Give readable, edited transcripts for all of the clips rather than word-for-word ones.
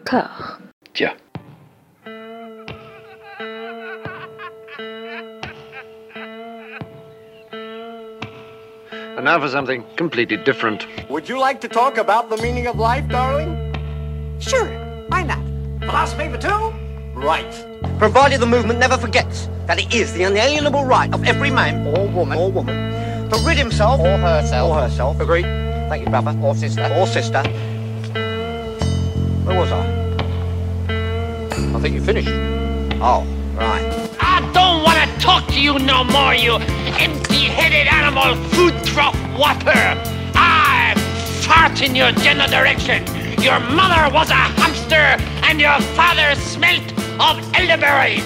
D'accord. Tiens. And now for something completely different. Would you like to talk about the meaning of life, darling? Sure, why not? Philosophy for two? Right. Provided the movement never forgets that it is the inalienable right of every man or woman to rid himself or herself. Agreed. Thank you, brother or sister. Where was I think you finished. Oh, right. I don't want to talk to you no more, you empty-headed animal food trough whopper. I fart in your general direction. Your mother was a hamster and your father smelt of elderberries.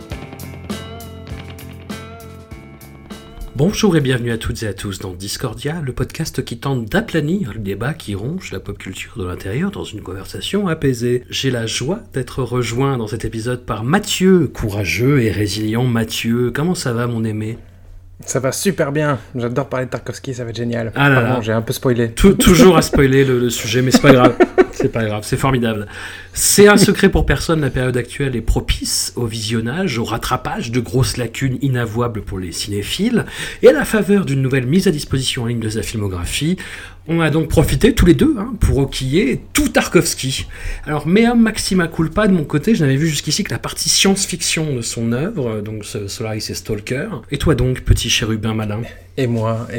Bonjour et bienvenue à toutes et à tous dans Discordia, le podcast qui tente d'aplanir le débat qui ronge la pop culture de l'intérieur dans une conversation apaisée. J'ai la joie d'être rejoint dans cet épisode par Mathieu, courageux et résilient Mathieu. Comment ça va mon aimé ? Ça va super bien, j'adore parler de Tarkovsky, ça va être génial. Ah là Pardon, là. j'ai un peu spoilé. Toujours à spoiler le sujet, mais c'est pas grave. C'est pas grave, c'est formidable. C'est un secret pour personne, la période actuelle est propice au visionnage, au rattrapage de grosses lacunes inavouables pour les cinéphiles, et à la faveur d'une nouvelle mise à disposition en ligne de sa filmographie, on a donc profité tous les deux pour enquiller tout Tarkovsky. Alors, mea maxima culpa, de mon côté, je n'avais vu jusqu'ici que la partie science-fiction de son œuvre, donc Solaris et Stalker. Et toi donc, petit chérubin malin ? Et moi.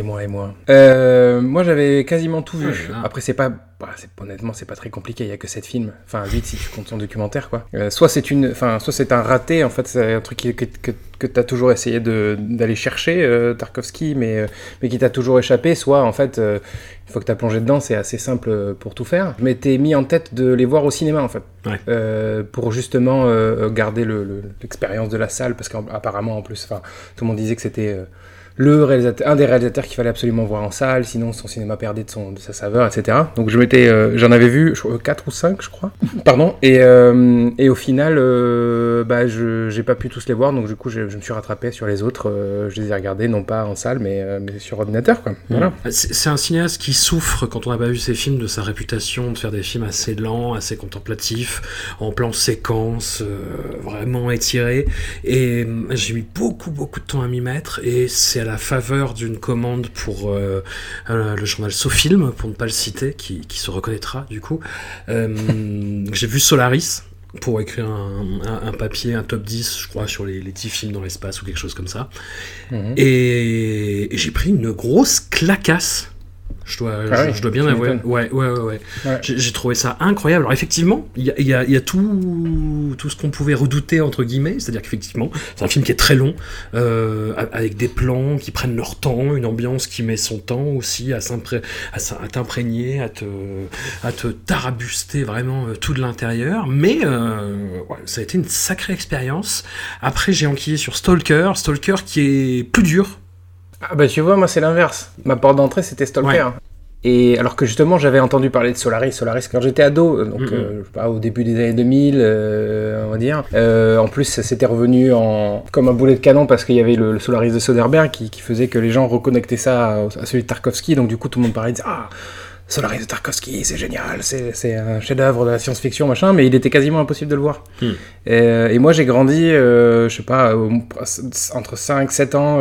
Moi j'avais quasiment tout vu. Ah. Après honnêtement c'est pas très compliqué, il y a que 7 films, enfin 8 si tu comptes son documentaire quoi. Soit c'est un raté, en fait c'est un truc que t'as toujours essayé d'aller chercher, Tarkovsky, mais qui t'a toujours échappé, soit en fait une fois que t'as plongé dedans c'est assez simple pour tout faire. Je m'étais mis en tête de les voir au cinéma en fait, pour justement garder l'expérience de la salle, parce qu'apparemment en plus tout le monde disait que c'était un des réalisateurs qu'il fallait absolument voir en salle, sinon son cinéma perdait de sa saveur, etc. Donc j'en avais vu 4 ou 5 je crois, pardon, et au final j'ai pas pu tous les voir, donc du coup je me suis rattrapé sur les autres, je les ai regardés non pas en salle mais sur ordinateur quoi. Voilà. C'est un cinéaste qui souffre, quand on n'a pas vu ses films, de sa réputation de faire des films assez lents, assez contemplatifs, en plan séquence, vraiment étirés, et j'ai mis beaucoup de temps à m'y mettre, et c'est à la faveur d'une commande pour le journal SoFilm, pour ne pas le citer, qui se reconnaîtra du coup. J'ai vu Solaris pour écrire un papier, un top 10 je crois sur les 10 films dans l'espace ou quelque chose comme ça. Et j'ai pris une grosse clacasse. Je dois bien avouer. Ouais. J'ai trouvé ça incroyable. Alors effectivement, il y a tout ce qu'on pouvait redouter entre guillemets, c'est-à-dire qu'effectivement, c'est un film qui est très long, avec des plans qui prennent leur temps, une ambiance qui met son temps aussi à t'imprégner, à te tarabuster vraiment tout de l'intérieur. Mais ça a été une sacrée expérience. Après, j'ai enquillé sur Stalker qui est plus dur. Ah bah tu vois, moi c'est l'inverse. Ma porte d'entrée c'était Stalker. Ouais. Et alors que justement j'avais entendu parler de Solaris quand j'étais ado, donc je sais pas, au début des années 2000, on va dire. En plus c'était revenu comme un boulet de canon parce qu'il y avait le Solaris de Soderbergh qui faisait que les gens reconnectaient ça à celui de Tarkovsky, donc du coup tout le monde parlait de Solaris de Tarkovsky, c'est génial, c'est un chef-d'œuvre de la science-fiction, machin, mais il était quasiment impossible de le voir. Et moi, j'ai grandi, je sais pas, entre 5 et 7 ans,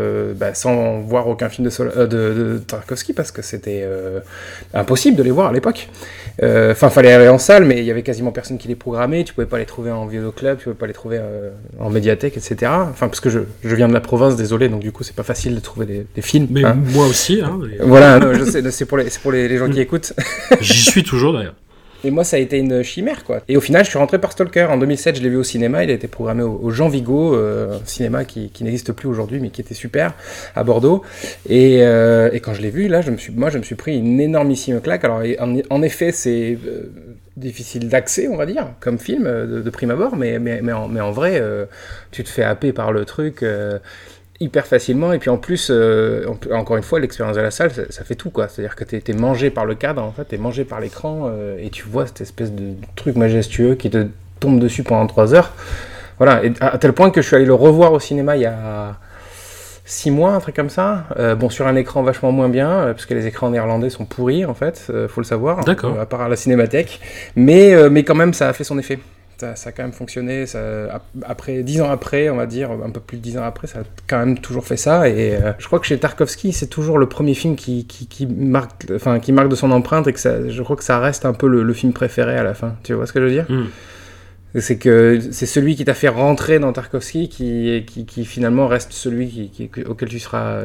sans voir aucun film de Tarkovsky, parce que c'était impossible de les voir à l'époque. Fallait aller en salle, mais il y avait quasiment personne qui les programmait, tu pouvais pas les trouver en vidéoclub, tu pouvais pas les trouver en médiathèque, etc. Enfin, parce que je viens de la province, désolé, donc du coup, c'est pas facile de trouver des films. Mais moi aussi, Voilà, non, je sais, c'est pour les gens qui écoutent. J'y suis toujours d'ailleurs. Et moi, ça a été une chimère, quoi. Et au final, je suis rentré par Stalker. En 2007, je l'ai vu au cinéma. Il a été programmé au Jean Vigo, un cinéma qui n'existe plus aujourd'hui, mais qui était super, à Bordeaux. Et quand je l'ai vu, là, je me suis pris une énormissime claque. Alors, en effet, c'est difficile d'accès, on va dire, comme film, de prime abord. Mais en vrai, tu te fais happer par le truc hyper facilement, et puis en plus encore une fois l'expérience de la salle ça fait tout quoi, c'est-à-dire que t'es mangé par le cadre en fait, t'es mangé par l'écran, et tu vois cette espèce de truc majestueux qui te tombe dessus pendant 3 heures, voilà, et à tel point que je suis allé le revoir au cinéma il y a 6 mois, un truc comme ça. Bon, sur un écran vachement moins bien, parce que les écrans néerlandais sont pourris, en fait, faut le savoir. D'accord. À part à la Cinémathèque. Mais quand même, ça a fait son effet. Ça a quand même fonctionné. Après, 10 ans après, on va dire, un peu plus de 10 ans après, ça a quand même toujours fait ça. Et je crois que chez Tarkovsky, c'est toujours le premier film qui marque de son empreinte, et que je crois que ça reste un peu le film préféré à la fin. Tu vois ce que je veux dire ? C'est que c'est celui qui t'a fait rentrer dans Tarkovsky qui finalement reste celui auquel tu seras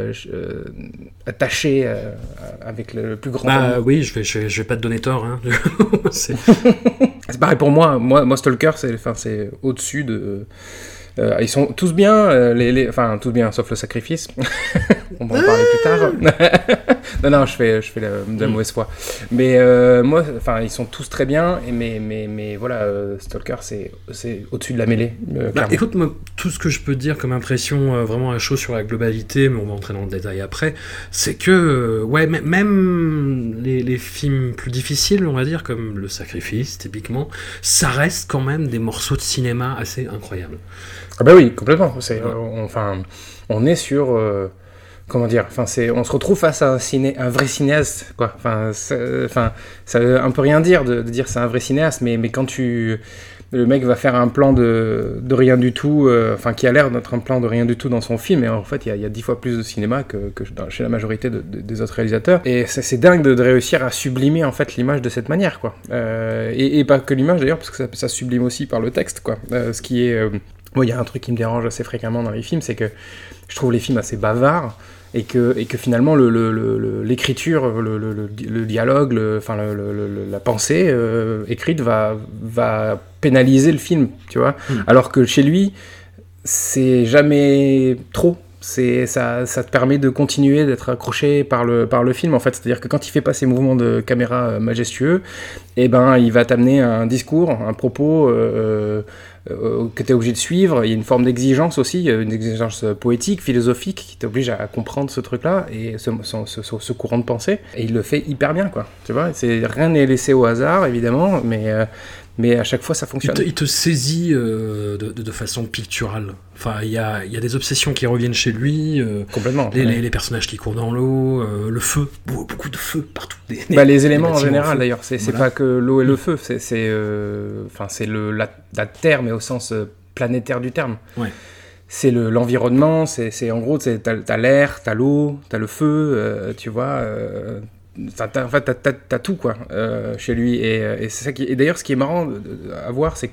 attaché avec le plus grand amour. Oui, je vais pas te donner tort. Hein. C'est pareil pour moi. Moi Stalker, c'est au-dessus de... ils sont tous bien, enfin tous bien, sauf le sacrifice. On va en parler plus tard. non, je fais de la mauvaise foi. Mais moi, enfin, ils sont tous très bien. Mais voilà, Stalker, c'est au-dessus de la mêlée. Écoute, moi, tout ce que je peux te dire comme impression vraiment à chaud sur la globalité, mais on va entrer dans le détail après, c'est que même les films plus difficiles, on va dire, comme le sacrifice, typiquement, ça reste quand même des morceaux de cinéma assez incroyables. Ah bah oui, complètement. On est sur... comment dire, on se retrouve face à un vrai cinéaste, quoi. Ça veut un peu rien dire de dire c'est un vrai cinéaste, mais quand le mec va faire un plan de rien du tout, qui a l'air d'être un plan de rien du tout dans son film, et en fait il y a 10 fois plus de cinéma que chez la majorité des autres réalisateurs, et c'est dingue de réussir à sublimer en fait l'image de cette manière, quoi. Et pas que l'image d'ailleurs, parce que ça sublime aussi par le texte, quoi. Ce qui est... il y a un truc qui me dérange assez fréquemment dans les films, c'est que je trouve les films assez bavards, et que finalement l'écriture, le dialogue, la pensée écrite va pénaliser le film, tu vois. Alors que chez lui, c'est jamais trop. Ça te permet de continuer d'être accroché par le film, en fait. C'est-à-dire que quand il fait pas ses mouvements de caméra majestueux, il va t'amener un discours, un propos que tu es obligé de suivre. Il y a une forme d'exigence aussi, une exigence poétique, philosophique, qui t'oblige à comprendre ce truc-là et ce courant de pensée. Et il le fait hyper bien, quoi. Tu vois, rien n'est laissé au hasard, évidemment, mais à chaque fois ça fonctionne. Il te saisit de façon picturale. Enfin, il y a des obsessions qui reviennent chez lui. Complètement. Les personnages qui courent dans l'eau, le feu, beaucoup de feu partout. Les éléments en général d'ailleurs, c'est pas que l'eau et le feu, c'est la terre, mais au sens planétaire du terme. Ouais. C'est l'environnement, c'est en gros, t'as l'air, t'as l'eau, t'as le feu, tu vois. T'as tout, quoi, chez lui, et c'est ça et d'ailleurs ce qui est marrant à voir, c'est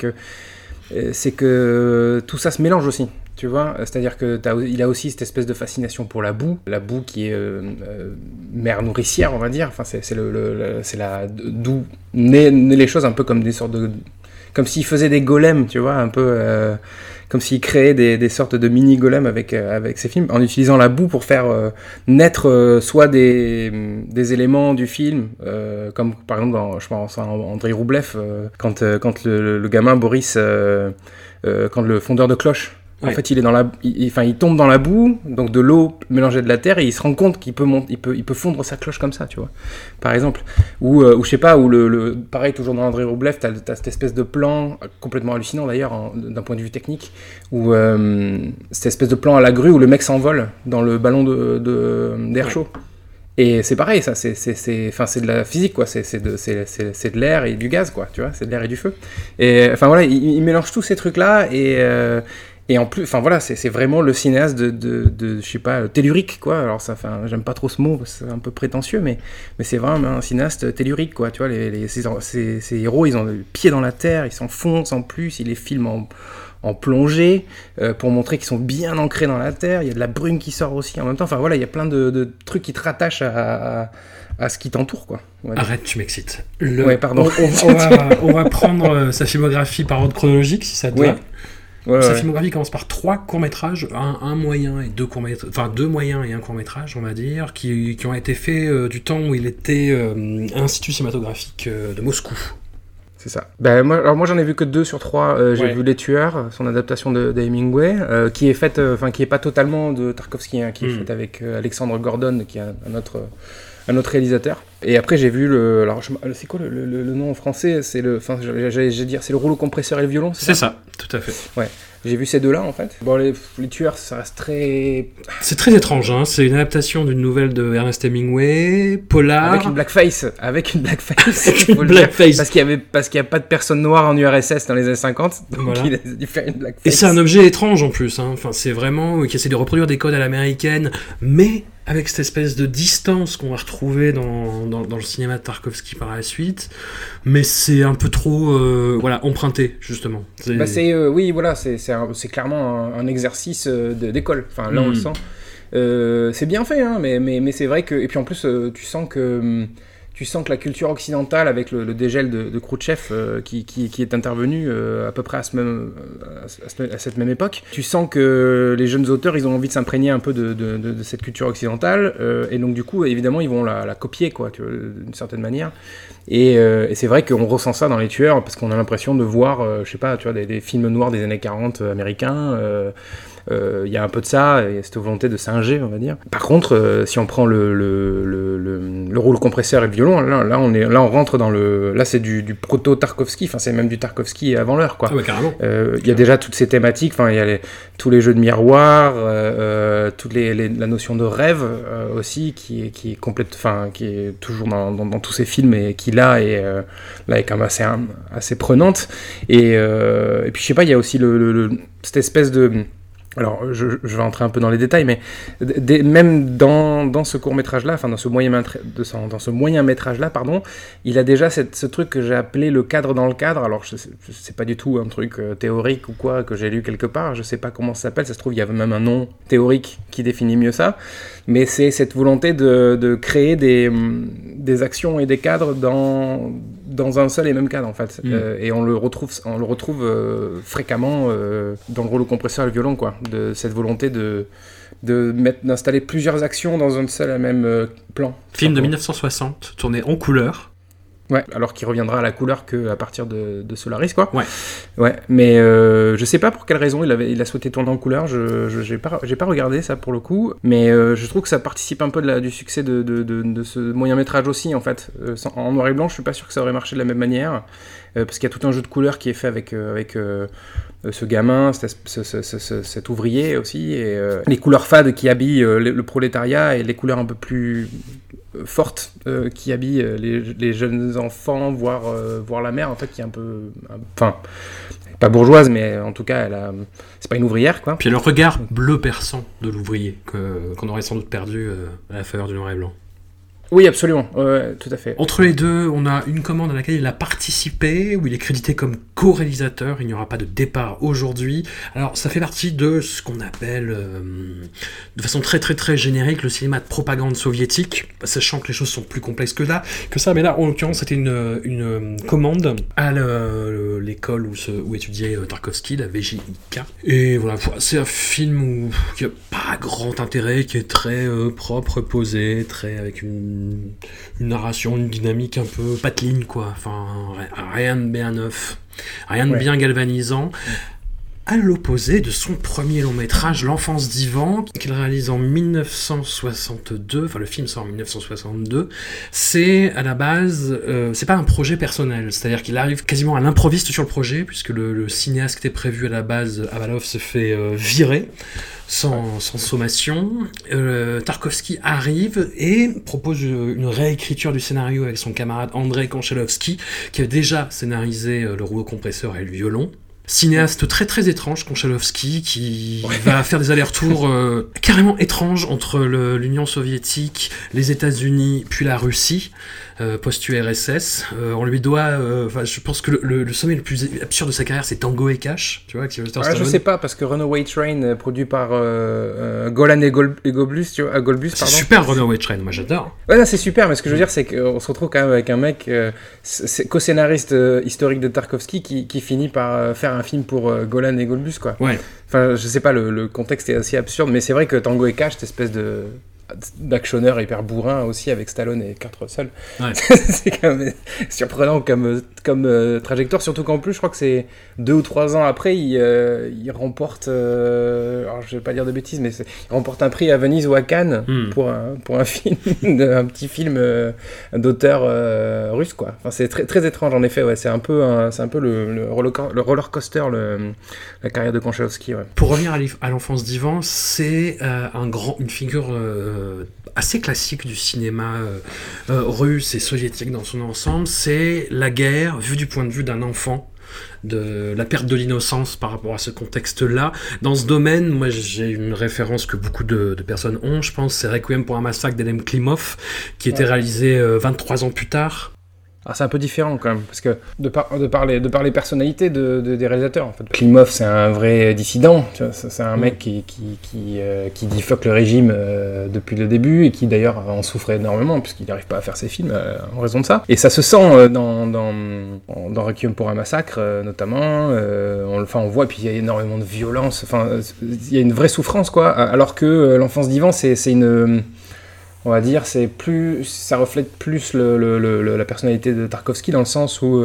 que tout ça se mélange aussi, tu vois. C'est-à-dire que il a aussi cette espèce de fascination pour la boue qui est mère nourricière, on va dire. Enfin, c'est d'où naissent les choses, un peu comme des sortes de... Comme s'il faisait des golems, tu vois, un peu... comme s'il créait des sortes de mini-golems avec ses films, en utilisant la boue pour faire naître soit des éléments du film, comme par exemple je pense à Andrei Roublev, quand le gamin Boris, quand le fondeur de cloches, en fait il est il tombe dans la boue, donc de l'eau mélangée de la terre, et il se rend compte qu'il peut fondre sa cloche comme ça, tu vois, par exemple. Ou je sais pas, pareil, toujours dans Andrei Roublev, t'as cette espèce de plan complètement hallucinant d'ailleurs d'un point de vue technique, où cette espèce de plan à la grue où le mec s'envole dans le ballon d'air chaud. Et c'est pareil, ça, c'est de la physique, quoi. C'est de l'air et du gaz, quoi. Tu vois, c'est de l'air et du feu. Et enfin voilà, il mélange tous ces trucs-là, et en plus, enfin voilà, c'est vraiment le cinéaste de je sais pas, tellurique, quoi. Alors ça, j'aime pas trop ce mot, c'est un peu prétentieux, mais c'est vraiment un cinéaste tellurique, quoi. Tu vois, ces héros, ils ont le pied dans la terre, ils s'enfoncent en plus, ils les filment en plongée, pour montrer qu'ils sont bien ancrés dans la terre. Il y a de la brume qui sort aussi en même temps. Enfin voilà, il y a plein de trucs qui te rattachent à ce qui t'entoure, quoi. Arrête, tu m'excites. Ouais, pardon. On va prendre sa filmographie par ordre chronologique, si ça te va. Sa filmographie commence par 3 courts-métrages, un moyen et 2 courts-métrages, enfin 2 moyens et un court-métrage, on va dire, qui ont été faits du temps où il était à l'Institut cinématographique de Moscou. C'est ça. Moi j'en ai vu que 2 sur 3. J'ai vu Les Tueurs, son adaptation de Hemingway, qui est faite, qui est pas totalement de Tarkovsky, qui est faite avec Alexandre Gordon, qui est un autre réalisateur. Et après j'ai vu alors c'est quoi le nom en français, c'est j'allais dire c'est le rouleau compresseur et le violon, c'est ça, tout à fait. Ouais. J'ai vu ces deux-là en fait. Bon, les tueurs, ça reste très. C'est très étrange, hein. C'est une adaptation d'une nouvelle de Ernest Hemingway, polar. Avec une blackface. Avec une blackface. Parce qu'il y a pas de personnes noires en URSS dans les années 50, donc voilà. Il a dû faire une blackface. Et c'est un objet étrange en plus, hein. Enfin, c'est vraiment qui essaie de reproduire des codes à l'américaine, mais avec cette espèce de distance qu'on va retrouver dans le cinéma de Tarkovsky par la suite, mais c'est un peu trop emprunté justement. Oui, voilà, c'est clairement un exercice d'école. Enfin, là on le sent. C'est bien fait, hein, mais c'est vrai que et puis en plus tu sens que la culture occidentale, avec le dégel de Khrouchtchev qui est intervenu à peu près à cette même époque, tu sens que les jeunes auteurs, ils ont envie de s'imprégner un peu de cette culture occidentale, et donc du coup, évidemment, ils vont la copier, quoi, tu vois, d'une certaine manière. Et c'est vrai qu'on ressent ça dans Les Tueurs, parce qu'on a l'impression de voir, je sais pas, tu vois, des films noirs des années 40 américains. Il y a un peu de ça, et cette volonté de singer, on va dire. Par contre, si on prend le rouleau compresseur et le violon, là on rentre dans là c'est du proto Tarkovsky, enfin c'est même du Tarkovsky avant l'heure, quoi. Ah ouais, carrément. Il y a déjà toutes ces thématiques, enfin il y a tous les jeux de miroir, toute la notion de rêve aussi qui est complète, enfin qui est toujours dans tous ces films, et qui là est quand même assez prenante. Et puis je sais pas, il y a aussi cette espèce de. Alors, je vais entrer un peu dans les détails, mais même dans ce court-métrage-là, enfin dans ce moyen-métrage-là, pardon, il a déjà ce truc que j'ai appelé le cadre dans le cadre. Alors, je sais pas du tout un truc théorique ou quoi que j'ai lu quelque part, je sais pas comment ça s'appelle, ça se trouve il y a même un nom théorique qui définit mieux ça, mais c'est cette volonté de créer des actions et des cadres dans un seul et même cadre en fait. Et on le retrouve fréquemment dans le rouleau compresseur et le violon, quoi, de cette volonté d'installer plusieurs actions dans un seul et même plan. Film de 1960, tourné en couleur. Ouais, alors qu'il reviendra à la couleur qu'à partir de Solaris, quoi. Ouais, mais je sais pas pour quelle raison il a souhaité tourner en couleur, j'ai pas regardé ça pour le coup, mais je trouve que ça participe un peu du succès de ce moyen-métrage aussi, en fait. En noir et blanc, je suis pas sûr que ça aurait marché de la même manière, parce qu'il y a tout un jeu de couleurs qui est fait avec ce gamin, cet ouvrier aussi, et les couleurs fades qui habillent le prolétariat, et les couleurs un peu plus forte qui habille les jeunes enfants, voire la mère, en fait, qui est un peu... Enfin, pas bourgeoise, mais en tout cas, c'est pas une ouvrière, quoi. Puis le regard bleu perçant de l'ouvrier, qu'on aurait sans doute perdu à la faveur du noir et blanc. Oui, absolument, tout à fait. Entre les deux, on a une commande à laquelle il a participé, où il est crédité comme co-réalisateur. Il n'y aura pas de départ aujourd'hui. Alors, ça fait partie de ce qu'on appelle, de façon très très très générique, le cinéma de propagande soviétique, sachant que les choses sont plus complexes que ça. Mais là, en l'occurrence, c'était une commande à l'école où étudiait Tarkovsky, la VJIK. Et voilà, c'est un film qui n'a pas grand intérêt, qui est très propre, posé, très avec une narration, une dynamique un peu pateline, quoi. Enfin, rien de bien neuf, rien de bien galvanisant. À l'opposé de son premier long métrage, L'Enfance d'Ivan, qu'il réalise en 1962, enfin le film sort en 1962, c'est à la base, c'est pas un projet personnel, c'est-à-dire qu'il arrive quasiment à l'improviste sur le projet, puisque le cinéaste qui était prévu à la base, Avalov, se fait virer sans sommation. Tarkovsky arrive et propose une réécriture du scénario avec son camarade Andrei Konchalovsky, qui avait déjà scénarisé le rouleau compresseur et le violon. Cinéaste très très étrange, Konchalovsky, qui va faire des allers-retours carrément étranges entre l'Union soviétique, les États-Unis, puis la Russie, post-URSS. On lui doit, je pense que le sommet le plus absurde de sa carrière, c'est Tango et Cash, tu vois, avec Sylvester Stallone. Je sais pas, parce que Runaway Train, produit par Golan et Golbus, tu vois, Golbus, pardon. C'est super, Runaway Train, moi j'adore. Ouais, non, c'est super, mais ce que je veux dire, c'est qu'on se retrouve quand même avec un mec, co-scénariste historique de Tarkovsky, qui finit par faire un film pour Golan et Golbus, quoi. Ouais. Enfin, je sais pas, le contexte est assez absurde, mais c'est vrai que Tango et Cash, cette espèce de d'actionneur hyper bourrin aussi avec Stallone et Kurt Russell. Ouais. C'est quand même surprenant comme trajectoire, surtout qu'en plus je crois que c'est 2 ou 3 ans après il remporte alors je vais pas dire de bêtises mais il remporte un prix à Venise ou à Cannes pour un film un petit film d'auteur russe quoi. Enfin c'est très très étrange en effet, ouais, c'est un peu le roller coaster la carrière de Konchalovsky, ouais. Pour revenir à l'enfance d'Ivan, c'est une figure assez classique du cinéma russe et soviétique dans son ensemble. C'est la guerre vue du point de vue d'un enfant, de la perte de l'innocence par rapport à ce contexte-là. Dans ce domaine, moi j'ai une référence que beaucoup de personnes ont, je pense, c'est Requiem pour un massacre d'Elem Klimov, qui était réalisé 23 ans plus tard. Alors c'est un peu différent quand même, parce que de par les personnalités des réalisateurs, en fait. Klimov, c'est un vrai dissident, tu vois, c'est un mec qui dit fuck le régime depuis le début, et qui d'ailleurs en souffre énormément, puisqu'il n'arrive pas à faire ses films en raison de ça. Et ça se sent dans Requiem pour un massacre, notamment, on voit, et puis il y a énormément de violence, il y a une vraie souffrance, quoi, alors que l'enfance d'Ivan, c'est une... On va dire, ça reflète plus la personnalité de Tarkovsky dans le sens où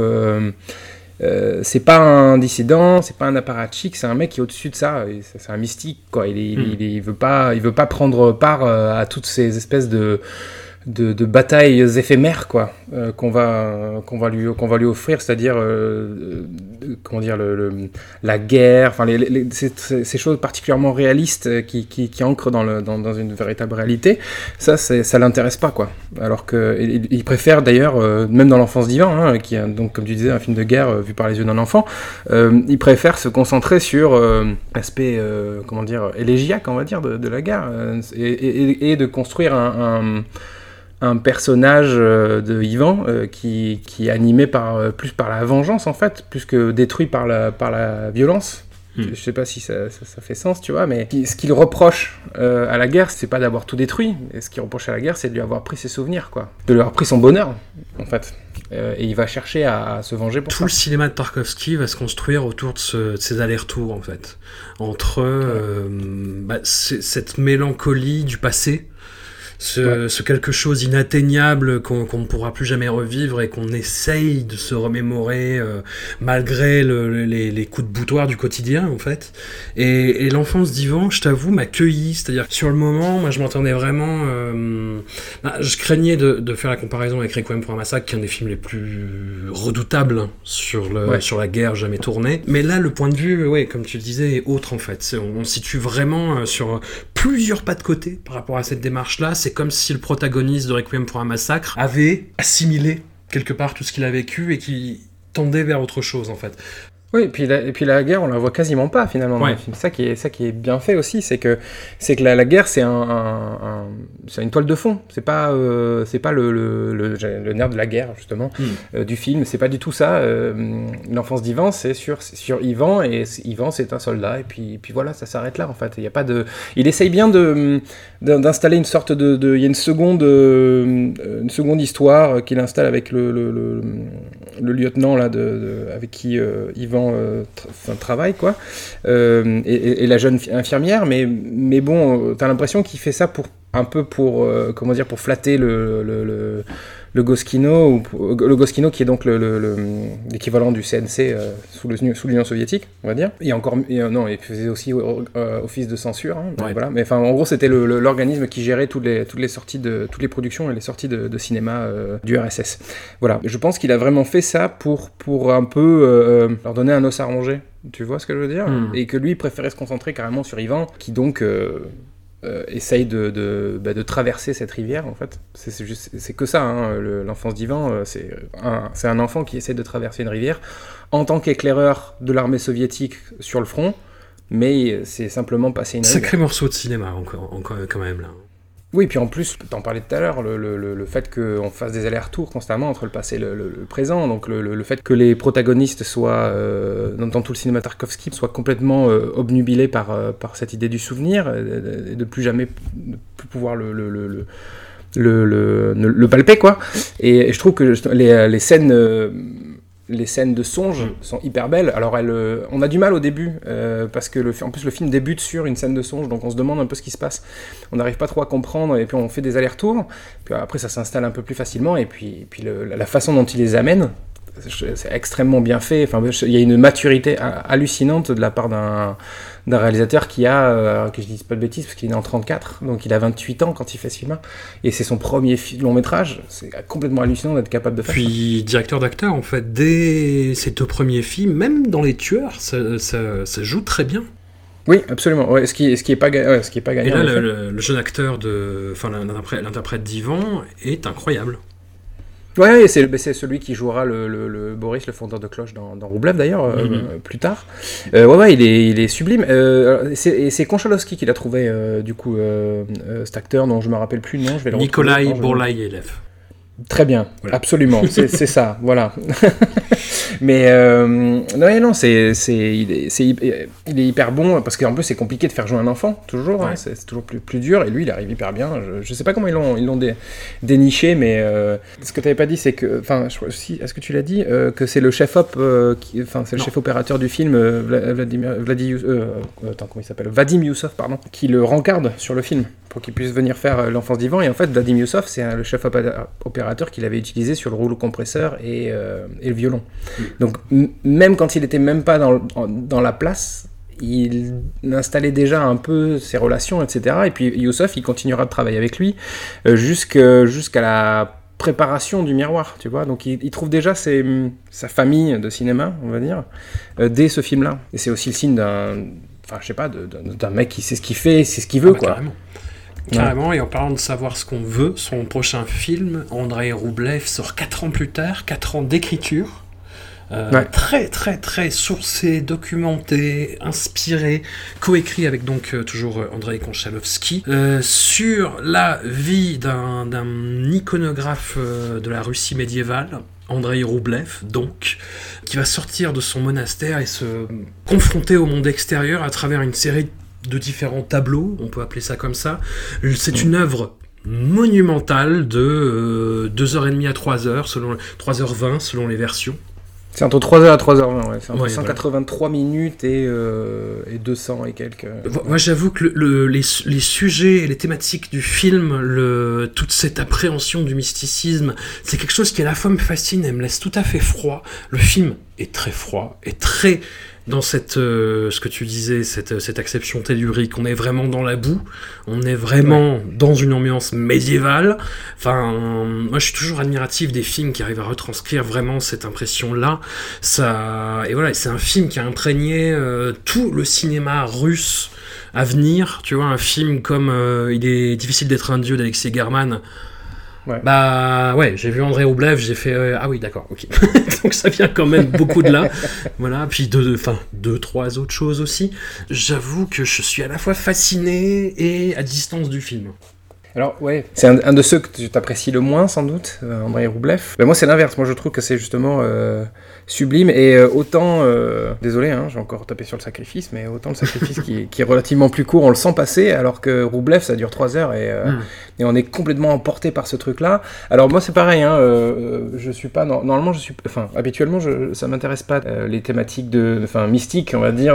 c'est pas un dissident, c'est pas un apparatchik, c'est un mec qui est au-dessus de ça, c'est un mystique quoi. Il veut pas prendre part à toutes ces espèces de batailles éphémères quoi, qu'on va lui offrir, c'est-à-dire comment dire la guerre, enfin ces choses particulièrement réalistes qui ancrent dans une véritable réalité. Ça l'intéresse pas quoi. Alors que il préfère d'ailleurs même dans l'enfance d'Ivan, qui est donc comme tu disais un film de guerre vu par les yeux d'un enfant, il préfère se concentrer sur l'aspect comment dire élégiaque on va dire de la guerre et de construire un personnage de Ivan qui est animé plus par la vengeance en fait, plus que détruit par la violence. Je sais pas si ça fait sens, tu vois, mais ce qu'il reproche à la guerre, c'est pas d'avoir tout détruit. Et ce qu'il reproche à la guerre, c'est de lui avoir pris ses souvenirs, quoi. De lui avoir pris son bonheur, en fait. Et il va chercher à se venger pour ça. Tout le cinéma de Tarkovsky va se construire autour de ces allers-retours, en fait. Entre cette mélancolie du passé, ce quelque chose inatteignable qu'on ne pourra plus jamais revivre et qu'on essaye de se remémorer malgré les coups de boutoir du quotidien en fait. Et l'enfance d'Ivan, je t'avoue, m'a cueilli, c'est-à-dire sur le moment, moi je m'entendais vraiment... je craignais de faire la comparaison avec Requiem pour un massacre, qui est un des films les plus redoutables sur la guerre jamais tourné. Mais là, le point de vue, comme tu le disais, est autre en fait. On se situe vraiment sur plusieurs pas de côté par rapport à cette démarche-là. C'est comme si le protagoniste de Requiem pour un massacre avait assimilé quelque part tout ce qu'il a vécu et qui tendait vers autre chose en fait. Oui, et puis la guerre, on la voit quasiment pas finalement dans le film. Ça qui est bien fait aussi, c'est que la guerre, c'est c'est une toile de fond. C'est pas le nerf de la guerre justement du film. C'est pas du tout ça. L'enfance d'Ivan, c'est sur Ivan, et Ivan, c'est un soldat. Et puis voilà, ça s'arrête là en fait. Il y a pas de. Il essaye bien d'installer une sorte il y a une seconde histoire qu'il installe avec le lieutenant là avec qui Ivan travaille quoi, et la jeune infirmière, mais bon, t'as l'impression qu'il fait ça pour comment dire, pour flatter le Goskino, le Goskino qui est donc l'équivalent du CNC sous l'Union soviétique, on va dire. Il faisait aussi office de censure, voilà. Mais enfin, en gros, c'était l'organisme qui gérait toutes les sorties toutes les productions et les sorties de cinéma du RSS. Voilà. Je pense qu'il a vraiment fait ça pour un peu leur donner un os à ronger. Tu vois ce que je veux dire ? Et que lui préférait se concentrer carrément sur Ivan, qui donc essaye de traverser cette rivière en fait. C'est que ça, l'enfance d'Ivan, c'est un enfant qui essaie de traverser une rivière en tant qu'éclaireur de l'armée soviétique sur le front, mais c'est simplement passer une rivière. Sacré morceau de cinéma encore quand même là. Oui, puis en plus, t'en parlais tout à l'heure, le fait qu'on fasse des allers-retours constamment entre le passé et le présent, donc le fait que les protagonistes soient, dans tout le cinéma Tarkovsky, soient complètement obnubilés par cette idée du souvenir, et de plus jamais pouvoir le palper, quoi. Et je trouve que les scènes les scènes de songe sont hyper belles. Alors on a du mal au début parce que en plus le film débute sur une scène de songe, donc on se demande un peu ce qui se passe. On n'arrive pas trop à comprendre et puis on fait des allers-retours. Puis après ça s'installe un peu plus facilement et puis la façon dont il les amène, c'est extrêmement bien fait. Enfin, il y a une maturité hallucinante de la part d'un réalisateur qui a, que je dise pas de bêtises, parce qu'il est né en 34, donc il a 28 ans quand il fait ce film-là, et c'est son premier long métrage. C'est complètement hallucinant d'être capable de faire ça. Puis directeur d'acteur, en fait, dès ses 2 premiers films, même dans Les Tueurs, ça joue très bien. Oui, absolument. Ouais, ce qui est pas gagné. Et là, le jeune acteur l'interprète d'Ivan est incroyable. Ouais, c'est celui qui jouera le Boris, le fondeur de cloche dans Roublev d'ailleurs, plus tard. Ouais, il est sublime. C'est Konchalovsky qui l'a trouvé, du coup, cet acteur dont je me rappelle plus le nom. Je vais le Nikolai Bourlaïev. Très bien, voilà. Absolument, c'est ça, voilà. Mais non, il est hyper bon parce qu'en plus c'est compliqué de faire jouer un enfant toujours, hein, c'est toujours plus dur et lui il arrive hyper bien. Je sais pas comment ils l'ont déniché, mais ce que t'avais pas dit c'est que, enfin, est-ce que tu l'as dit que c'est le chef op, c'est le chef opérateur du film Vadim Youssov, pardon, qui le rencarde sur le film pour qu'il puisse venir faire l'enfance d'Ivan. Et en fait, Vadim Youssov, c'est le chef opérateur qu'il avait utilisé sur le rouleau compresseur et le violon. Donc, même quand il était même pas dans la place, il installait déjà un peu ses relations, etc. Et puis Youssov, il continuera de travailler avec lui jusqu'à la préparation du miroir, tu vois. Donc il trouve déjà sa famille de cinéma, on va dire, dès ce film-là. Et c'est aussi le signe d'un mec qui sait ce qu'il fait, c'est ce qu'il veut, quoi. Carrément, ouais. Et en parlant de savoir ce qu'on veut, son prochain film, Andrei Roublev, sort 4 ans plus tard, 4 ans d'écriture. Très très très sourcé, documenté, inspiré, coécrit avec donc toujours Andrei Konchalovsky, sur la vie d'un iconographe de la Russie médiévale, Andrei Roublev, donc, qui va sortir de son monastère et se confronter au monde extérieur à travers une série de différents tableaux, on peut appeler ça comme ça. C'est une œuvre monumentale de 2h30 à 3h, 3h20 selon les versions. C'est entre 3h et 3h20, ouais. C'est entre 183 minutes et 200 et quelques. Moi, j'avoue que les sujets et les thématiques du film, toute cette appréhension du mysticisme, c'est quelque chose qui à la fois me fascine et me laisse tout à fait froid. Le film est très froid, et très dans ce que tu disais, cette acception tellurique. On est vraiment dans la boue, on est vraiment dans une ambiance médiévale. Enfin, moi je suis toujours admiratif des films qui arrivent à retranscrire vraiment cette impression-là. Et voilà, c'est un film qui a imprégné tout le cinéma russe à venir. Tu vois, un film comme Il est difficile d'être un dieu d'Alexei German. Ouais. Bah ouais, j'ai vu Andrei Roublev, j'ai fait ah oui d'accord, ok. Donc ça vient quand même beaucoup de là. Voilà, puis deux, trois autres choses aussi. J'avoue que je suis à la fois fasciné et à distance du film. Alors ouais, c'est un de ceux que tu t'apprécies le moins sans doute, Andrei Roublev. Mais moi c'est l'inverse, moi je trouve que c'est justement sublime et autant, désolé, hein, j'ai encore tapé sur le sacrifice, mais autant le sacrifice qui est relativement plus court, on le sent passer, alors que Roublev ça dure 3 heures et on est complètement emporté par ce truc-là. Alors moi c'est pareil, hein, je suis pas, normalement habituellement ça m'intéresse pas les thématiques mystiques, on va dire,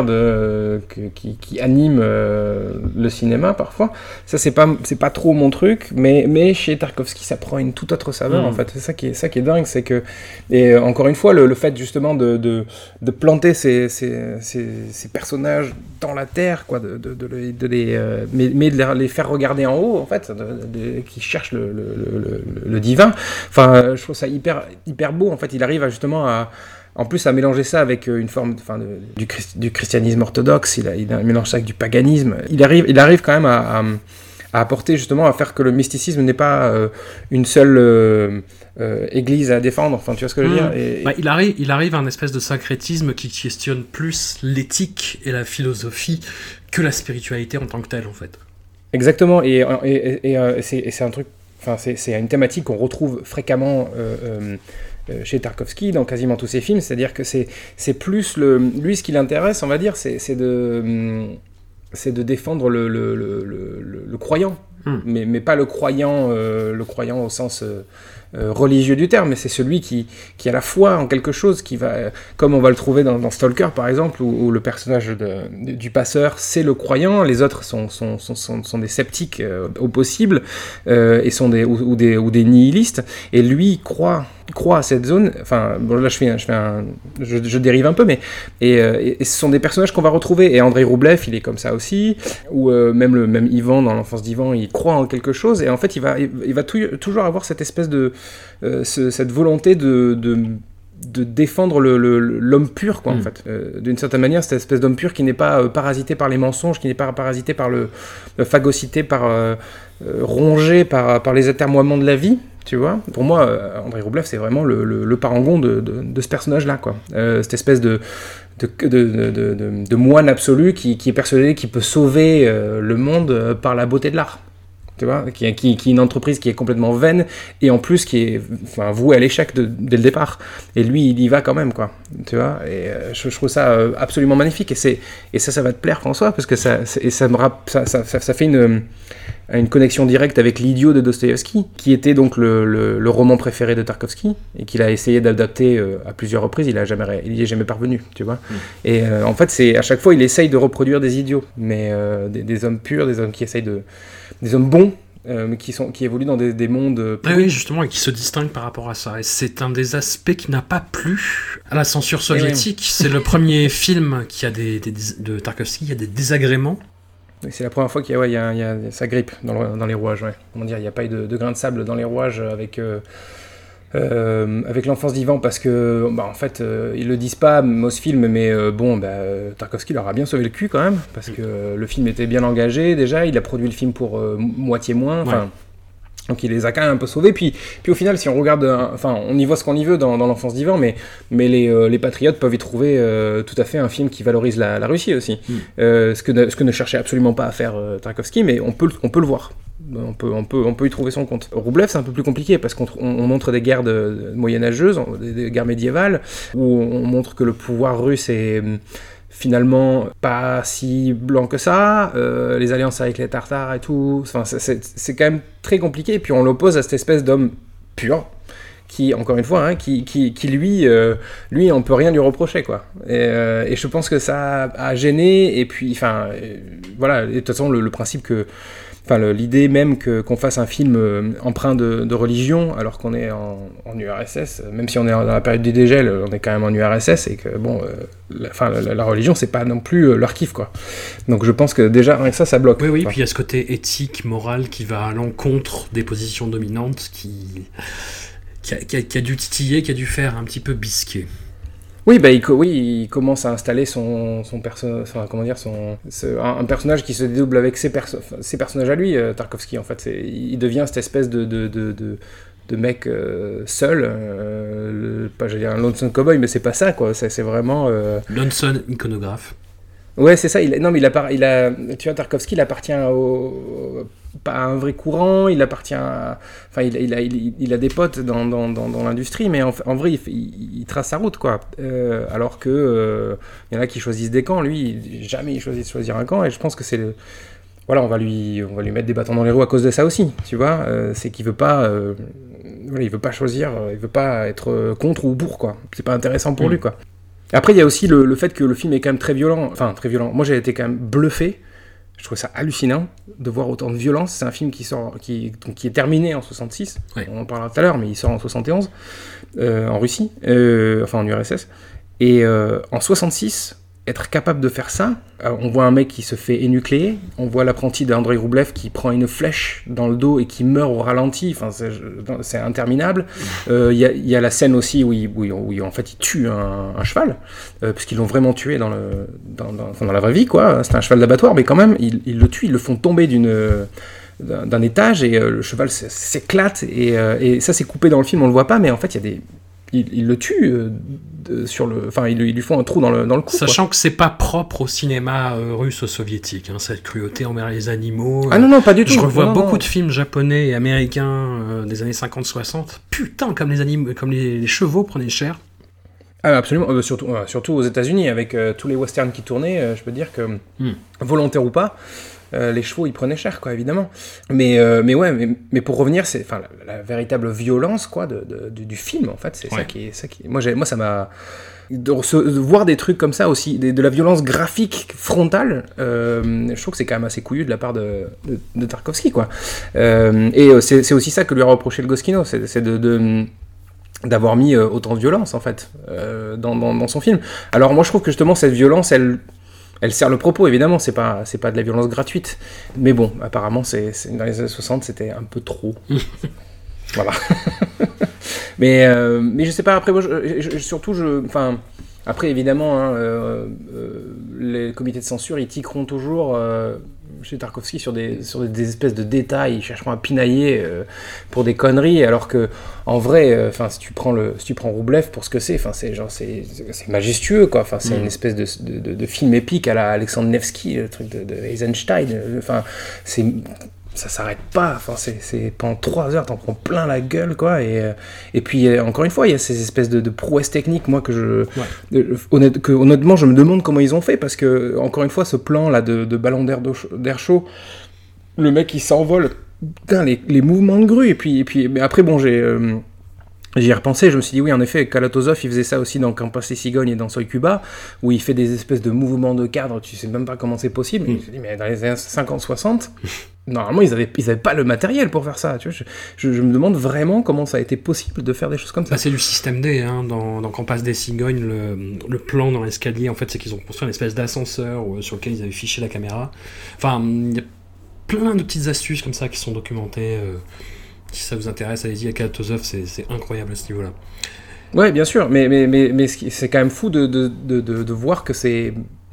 qui animent le cinéma parfois. Ça c'est pas trop mon truc, mais chez Tarkovsky ça prend une toute autre saveur en fait. C'est ça qui est dingue, c'est que, et encore une fois le fait justement de planter ces personnages dans la terre, quoi, de les faire regarder en haut en fait, qui cherchent le divin. Enfin, je trouve ça hyper beau en fait. Il arrive en plus à mélanger ça avec une forme du christianisme orthodoxe. Il mélange ça avec du paganisme. Il arrive quand même à apporter justement, à faire que le mysticisme n'est pas une seule église à défendre, enfin tu vois ce que je veux dire. Il arrive à un espèce de syncrétisme qui questionne plus l'éthique et la philosophie que la spiritualité en tant que telle en fait. Exactement, et c'est un truc, enfin c'est une thématique qu'on retrouve fréquemment chez Tarkovsky dans quasiment tous ses films, c'est-à-dire que c'est plus lui ce qui l'intéresse, on va dire, c'est de défendre le croyant, mais pas le croyant au sens religieux du terme, mais c'est celui qui a la foi en quelque chose, qui va, comme on va le trouver dans Stalker par exemple, où le personnage du passeur c'est le croyant, les autres sont des sceptiques au possible, et sont des nihilistes, et lui croit à cette zone. Enfin bon, là je dérive un peu, mais et ce sont des personnages qu'on va retrouver, et Andrei Roublev il est comme ça aussi, ou même Ivan dans l'enfance d'Ivan, il croit en quelque chose, et en fait il va toujours avoir cette espèce de cette volonté de défendre l'homme pur, quoi, en fait. D'une certaine manière, cette espèce d'homme pur qui n'est pas parasité par les mensonges, qui n'est pas parasité par phagocyté rongé par les atermoiements de la vie, tu vois. Pour moi, Andrei Roublev, c'est vraiment le parangon de ce personnage-là, quoi. Cette espèce de moine absolu qui est persuadé qu'il peut sauver le monde par la beauté de l'art. Tu vois, qui est une entreprise qui est complètement vaine, et en plus qui est vouée à l'échec dès le départ. Et lui, il y va quand même, quoi. Tu vois, et je trouve ça absolument magnifique. Et ça va te plaire, François, parce que ça fait une connexion directe avec L'Idiot de Dostoïevski, qui était donc le roman préféré de Tarkovsky, et qu'il a essayé d'adapter à plusieurs reprises. Il y est jamais parvenu, tu vois. Et en fait, c'est à chaque fois, il essaye de reproduire des idiots, mais des hommes purs, des hommes qui essayent des hommes bons, mais qui évoluent dans des mondes... Oui, justement, et qui se distinguent par rapport à ça. Et c'est un des aspects qui n'a pas plu à la censure soviétique. Oui. C'est le premier film qui a de Tarkovsky, il y a des désagréments. C'est la première fois qu'il y a ça grippe dans les rouages. Ouais. Comment dire, il n'y a pas eu de grain de sable dans les rouages avec l'enfance d'Ivan, parce que en fait ils le disent pas au film, mais Tarkovsky leur a bien sauvé le cul quand même, parce que le film était bien engagé déjà, il a produit le film pour moitié moins, donc il les a quand même un peu sauvés, puis au final, si on regarde, on y voit ce qu'on y veut dans l'enfance d'Ivan, mais les patriotes peuvent y trouver tout à fait un film qui valorise la Russie aussi, ce que ne cherchait absolument pas à faire Tarkovsky, mais on peut le voir. On peut y trouver son compte. Roublev, c'est un peu plus compliqué, parce qu'on montre des guerres moyenâgeuses, des guerres médiévales, où on montre que le pouvoir russe est finalement pas si blanc que ça, les alliances avec les Tartares et tout, c'est quand même très compliqué, et puis on l'oppose à cette espèce d'homme pur, qui, encore une fois, qui lui, on peut rien lui reprocher, quoi. Et je pense que ça a gêné, et puis, voilà, et de toute façon, le principe que... l'idée même qu'on fasse un film empreint de religion, alors qu'on est en URSS, même si on est dans la période du dégel, on est quand même en URSS, et que la religion, c'est pas non plus leur kiff, quoi. Donc je pense que déjà, rien que ça bloque. Oui, puis il y a ce côté éthique, moral, qui va à l'encontre des positions dominantes, qui a dû titiller, qui a dû faire un petit peu bisquer. Oui, il commence à installer un personnage qui se dédouble avec ses personnages à lui, Tarkovsky, en fait. Il devient cette espèce de mec seul, j'allais dire un lonesome cowboy, mais c'est pas ça, quoi. C'est vraiment... Lonesome iconographe. Ouais, c'est ça. Tu vois, Tarkovsky, il appartient pas à un vrai courant, il appartient à... il a des potes dans l'industrie, mais en vrai, il trace sa route, quoi. Alors que il y en a qui choisissent des camps, lui, jamais il choisit de choisir un camp, et je pense que c'est le... Voilà, on va lui mettre des bâtons dans les roues à cause de ça aussi, tu vois. C'est qu'il veut pas... il veut pas choisir, il veut pas être contre ou pour, quoi. C'est pas intéressant pour lui, quoi. Après, il y a aussi le fait que le film est quand même très violent. Enfin, très violent. Moi, j'ai été quand même bluffé. Je trouve ça hallucinant de voir autant de violence. C'est un film qui est terminé en 66. Ouais. On en parlera tout à l'heure, mais il sort en 71 en Russie, en URSS. Et en 66, être capable de faire ça, on voit un mec qui se fait énucléer, on voit l'apprenti d'Andrei Roublev qui prend une flèche dans le dos et qui meurt au ralenti, c'est interminable. Il y a la scène aussi où en fait il tue un cheval, puisqu'ils l'ont vraiment tué dans la vraie vie, quoi. C'est un cheval d'abattoir, mais quand même, ils le tuent, ils le font tomber d'un étage, et le cheval s'éclate, et ça c'est coupé dans le film, on le voit pas, mais en fait il y a des... Il le tue ils lui font un trou dans le cou. Sachant quoi. Que c'est pas propre au cinéma russo-soviétique, cette cruauté envers les animaux. Ah non, pas du tout. Je revois beaucoup de films japonais et américains des années 50-60. Putain, comme les animaux, comme les chevaux prenaient cher. Ah, absolument, surtout aux États-Unis, avec tous les westerns qui tournaient, je peux dire que, volontaire ou pas, Les chevaux, ils prenaient cher, quoi, évidemment. Mais pour revenir, c'est, enfin, la véritable violence, quoi, du film, en fait, c'est ça qui est. Moi, ça m'a. De voir des trucs comme ça aussi, de la violence graphique frontale, je trouve que c'est quand même assez couillu de la part de Tarkovsky, quoi. C'est aussi ça que lui a reproché le Goskino, c'est d'avoir mis autant de violence, en fait, dans son film. Alors moi je trouve que justement cette violence, elle sert le propos, évidemment, c'est pas de la violence gratuite, mais bon, apparemment dans les années 60 c'était un peu trop. Voilà. mais je sais pas, après moi après évidemment hein, les comités de censure ils tiqueront toujours chez Tarkovsky sur des espèces de détails, ils chercheront à pinailler pour des conneries, alors que en vrai si tu prends Roublev pour ce que c'est, c'est majestueux, quoi, c'est une espèce de film épique à la Alexandre Nevsky, le truc de Eisenstein, ça s'arrête pas, c'est pendant 3 heures t'en prends plein la gueule, quoi, et puis encore une fois il y a ces espèces de prouesses techniques, moi honnêtement je me demande comment ils ont fait, parce que encore une fois ce plan là de ballon d'air chaud, le mec il s'envole, putain, les mouvements de grue, et puis mais après bon j'y ai repensé, je me suis dit oui, en effet, Kalatozov il faisait ça aussi dans Camp Passe les Cigognes et dans Soy Cuba, où il fait des espèces de mouvements de cadre, tu sais même pas comment c'est possible. Je me suis dit, mais dans les années 50-60, normalement ils avaient pas le matériel pour faire ça, tu vois. Je me demande vraiment comment ça a été possible de faire des choses comme ça. C'est du système D, hein, dans Camp Passe des Cigognes, le plan dans l'escalier, en fait, c'est qu'ils ont construit une espèce d'ascenseur sur lequel ils avaient fiché la caméra. Enfin, il y a plein de petites astuces comme ça qui sont documentées. Si ça vous intéresse, allez-y, à Kalatozov, c'est incroyable à ce niveau-là. Ouais, bien sûr, mais c'est quand même fou de voir que c'est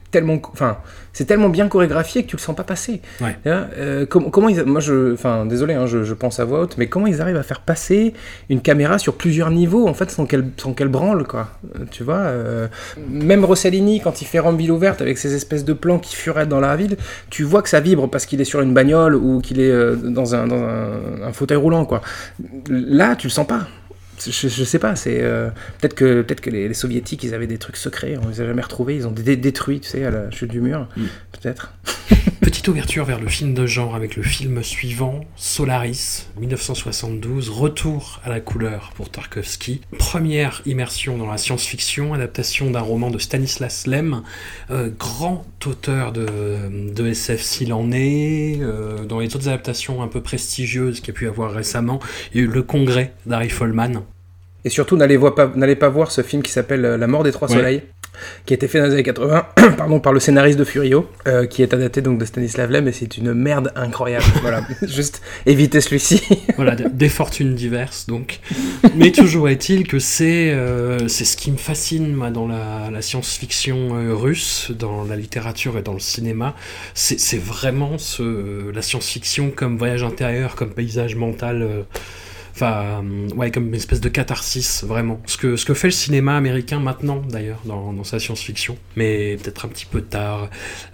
tellement bien chorégraphié que tu le sens pas passer. Ouais. Comment ils, moi désolé, hein, je pense à voix haute, mais comment ils arrivent à faire passer une caméra sur plusieurs niveaux, en fait, sans qu'elle branle, quoi. Tu vois, même Rossellini, quand il fait Rambile ouverte avec ces espèces de plans qui furettent dans la ville, tu vois que ça vibre parce qu'il est sur une bagnole ou qu'il est dans un fauteuil roulant, quoi. Là, tu le sens pas. Je sais pas, c'est peut-être que les soviétiques ils avaient des trucs secrets, on les a jamais retrouvés, ils ont détruit, tu sais, à la chute du mur, peut-être. Petite ouverture vers le film de genre avec le film suivant, Solaris, 1972, retour à la couleur pour Tarkovsky. Première immersion dans la science-fiction, adaptation d'un roman de Stanislas Lem, grand auteur de SF s'il en est. Dans les autres adaptations un peu prestigieuses qu'il y a pu y avoir récemment, il y a eu Le Congrès d'Harry Folman. Et surtout, n'allez pas voir ce film qui s'appelle La mort des trois soleils, qui a été fait dans les années 80 par le scénariste de Furio, qui est adapté donc de Stanislas Lem, et c'est une merde incroyable. Voilà, juste évitez celui-ci. Voilà, des fortunes diverses, donc. Mais toujours est-il que c'est ce qui me fascine, moi, dans la science-fiction russe, dans la littérature et dans le cinéma. C'est vraiment la science-fiction comme voyage intérieur, comme paysage mental. Comme une espèce de catharsis, vraiment. Ce que fait le cinéma américain maintenant, d'ailleurs, dans sa science-fiction, mais peut-être un petit peu tard.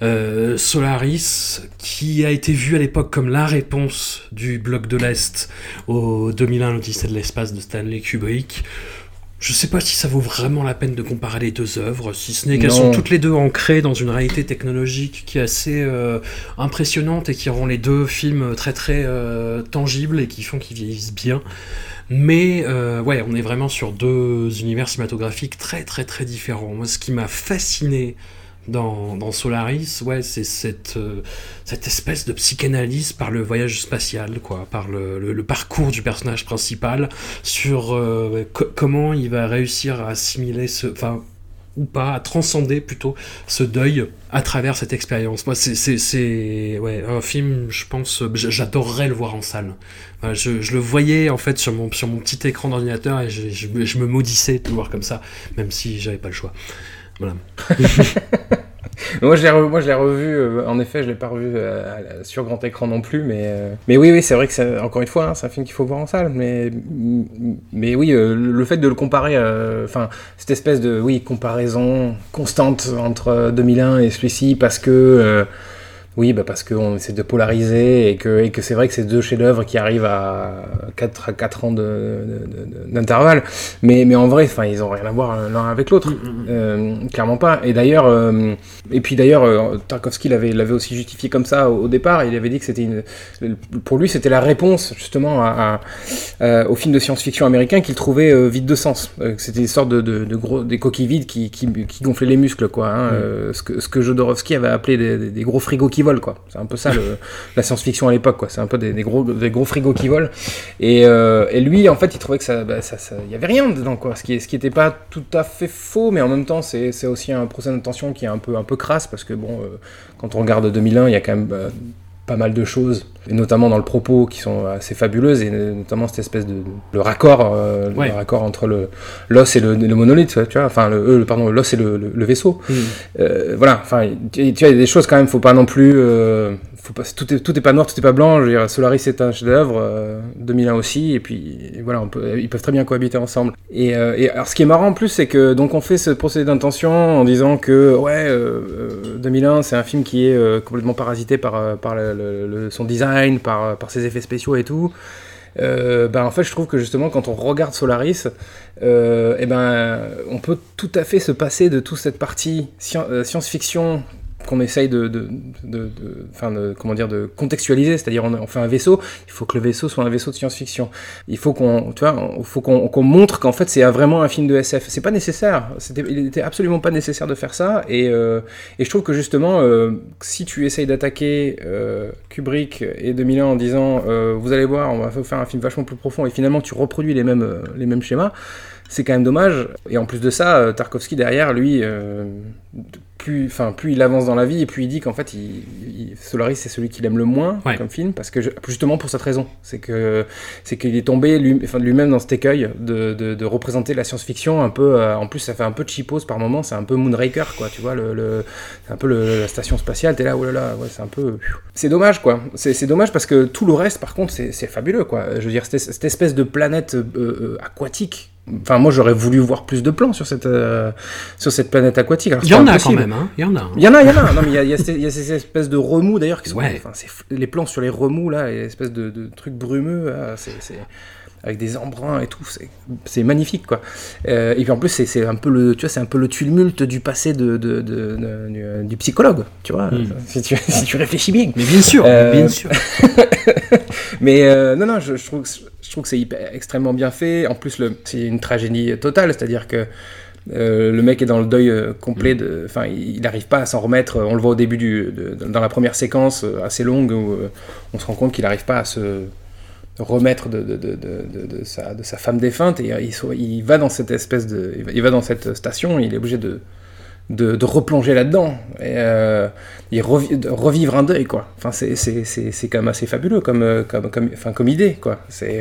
Solaris, qui a été vu à l'époque comme la réponse du bloc de l'Est au 2001, l'Odyssée de l'espace de Stanley Kubrick. Je sais pas si ça vaut vraiment la peine de comparer les deux œuvres, si ce n'est qu'elles sont toutes les deux ancrées dans une réalité technologique qui est assez impressionnante et qui rend les deux films très très tangibles et qui font qu'ils vieillissent bien. Mais on est vraiment sur deux univers cinématographiques très très très différents. Moi, ce qui m'a fasciné dans Solaris, c'est cette espèce de psychanalyse par le voyage spatial, quoi, par le parcours du personnage principal, sur comment il va réussir à assimiler ou pas, à transcender plutôt ce deuil à travers cette expérience. Moi, c'est un film, je pense, j'adorerais le voir en salle. Voilà, je le voyais en fait sur mon petit écran d'ordinateur et je me maudissais de le voir comme ça, même si j'avais pas le choix. Voilà. Moi je l'ai revu, en effet je l'ai pas revu sur grand écran non plus, mais oui c'est vrai que encore une fois c'est un film qu'il faut voir en salle, mais oui, le fait de le comparer, cette espèce de comparaison constante entre 2001 et celui-ci, parce que Oui, parce qu'on essaie de polariser et que c'est vrai que c'est 2 chefs-d'œuvre qui arrivent à 4 ans d'intervalle. Mais en vrai, ils ont rien à voir l'un avec l'autre. Clairement pas. Et d'ailleurs, Tarkovsky l'avait aussi justifié comme ça au départ. Il avait dit que pour lui, c'était la réponse justement au film de science-fiction américain qu'il trouvait vide de sens. C'était une sorte des coquilles vides qui gonflaient les muscles, quoi. Ce que Jodorowsky avait appelé des gros frigos qui volent, quoi. C'est un peu ça la science-fiction à l'époque, quoi. C'est un peu des gros frigos qui volent. Et lui, en fait, il trouvait que ça y avait rien dedans, quoi. Ce qui était pas tout à fait faux, mais en même temps, c'est aussi un procès d'intention qui est un peu crasse, parce que quand on regarde 2001, il y a quand même pas mal de choses, et notamment dans le propos, qui sont assez fabuleuses, et notamment cette espèce le raccord entre l'os et le monolithe, tu vois, enfin l'os et le vaisseau. Voilà, enfin, tu vois, il y a des choses quand même, faut pas non plus, tout est pas noir, tout est pas blanc. Je veux dire, Solaris c'est un chef-d'œuvre, 2001 aussi, et puis voilà, ils peuvent très bien cohabiter ensemble. Et alors, ce qui est marrant en plus, c'est que donc on fait ce procédé d'intention en disant que 2001 c'est un film qui est complètement parasité par son design, par ses effets spéciaux et tout. En fait, je trouve que justement, quand on regarde Solaris, on peut tout à fait se passer de toute cette partie science-fiction qu'on essaye de contextualiser, c'est-à-dire on fait un vaisseau, il faut que le vaisseau soit un vaisseau de science-fiction. Il faut qu'on montre qu'en fait c'est vraiment un film de SF. C'est pas nécessaire, il était absolument pas nécessaire de faire ça, et je trouve que justement, si tu essayes d'attaquer Kubrick et 2001 en disant vous allez voir, on va faire un film vachement plus profond, et finalement tu reproduis les mêmes schémas, c'est quand même dommage. Et en plus de ça, Tarkovsky derrière, lui, plus il avance dans la vie, et plus il dit qu'en fait Solaris c'est celui qu'il aime le moins comme film, parce que justement pour cette raison, c'est qu'il est tombé lui-même dans cet écueil de représenter la science-fiction un peu, en plus ça fait un peu cheapos par moment, c'est un peu Moonraker, quoi, tu vois, c'est un peu la station spatiale, t'es là, oh là là, ouais, c'est un peu, c'est dommage, quoi, c'est dommage, parce que tout le reste par contre c'est fabuleux, quoi. Je veux dire, cette espèce de planète aquatique. Enfin, moi, j'aurais voulu voir plus de plans sur cette planète aquatique. Alors, il y en a quand même, hein. Il y en a. Non, mais il y a ces espèces de remous, d'ailleurs, qui sont... Ouais. Enfin, les plans sur les remous, là, et espèces de trucs brumeux, là, c'est avec des embruns et tout, c'est magnifique, quoi. Et puis en plus, c'est un peu le tumulte du passé du psychologue, tu vois, si tu réfléchis bien. Mais bien sûr, bien sûr. Mais non, je trouve que c'est extrêmement bien fait. En plus, c'est une tragédie totale, c'est-à-dire que le mec est dans le deuil complet, il n'arrive pas à s'en remettre. On le voit au début dans la première séquence assez longue, où on se rend compte qu'il n'arrive pas à se remettre de sa femme défunte, et il va dans cette espèce il va dans cette station, il est obligé de replonger là-dedans, et revivre un deuil, quoi. Enfin, c'est quand même assez fabuleux comme idée, quoi.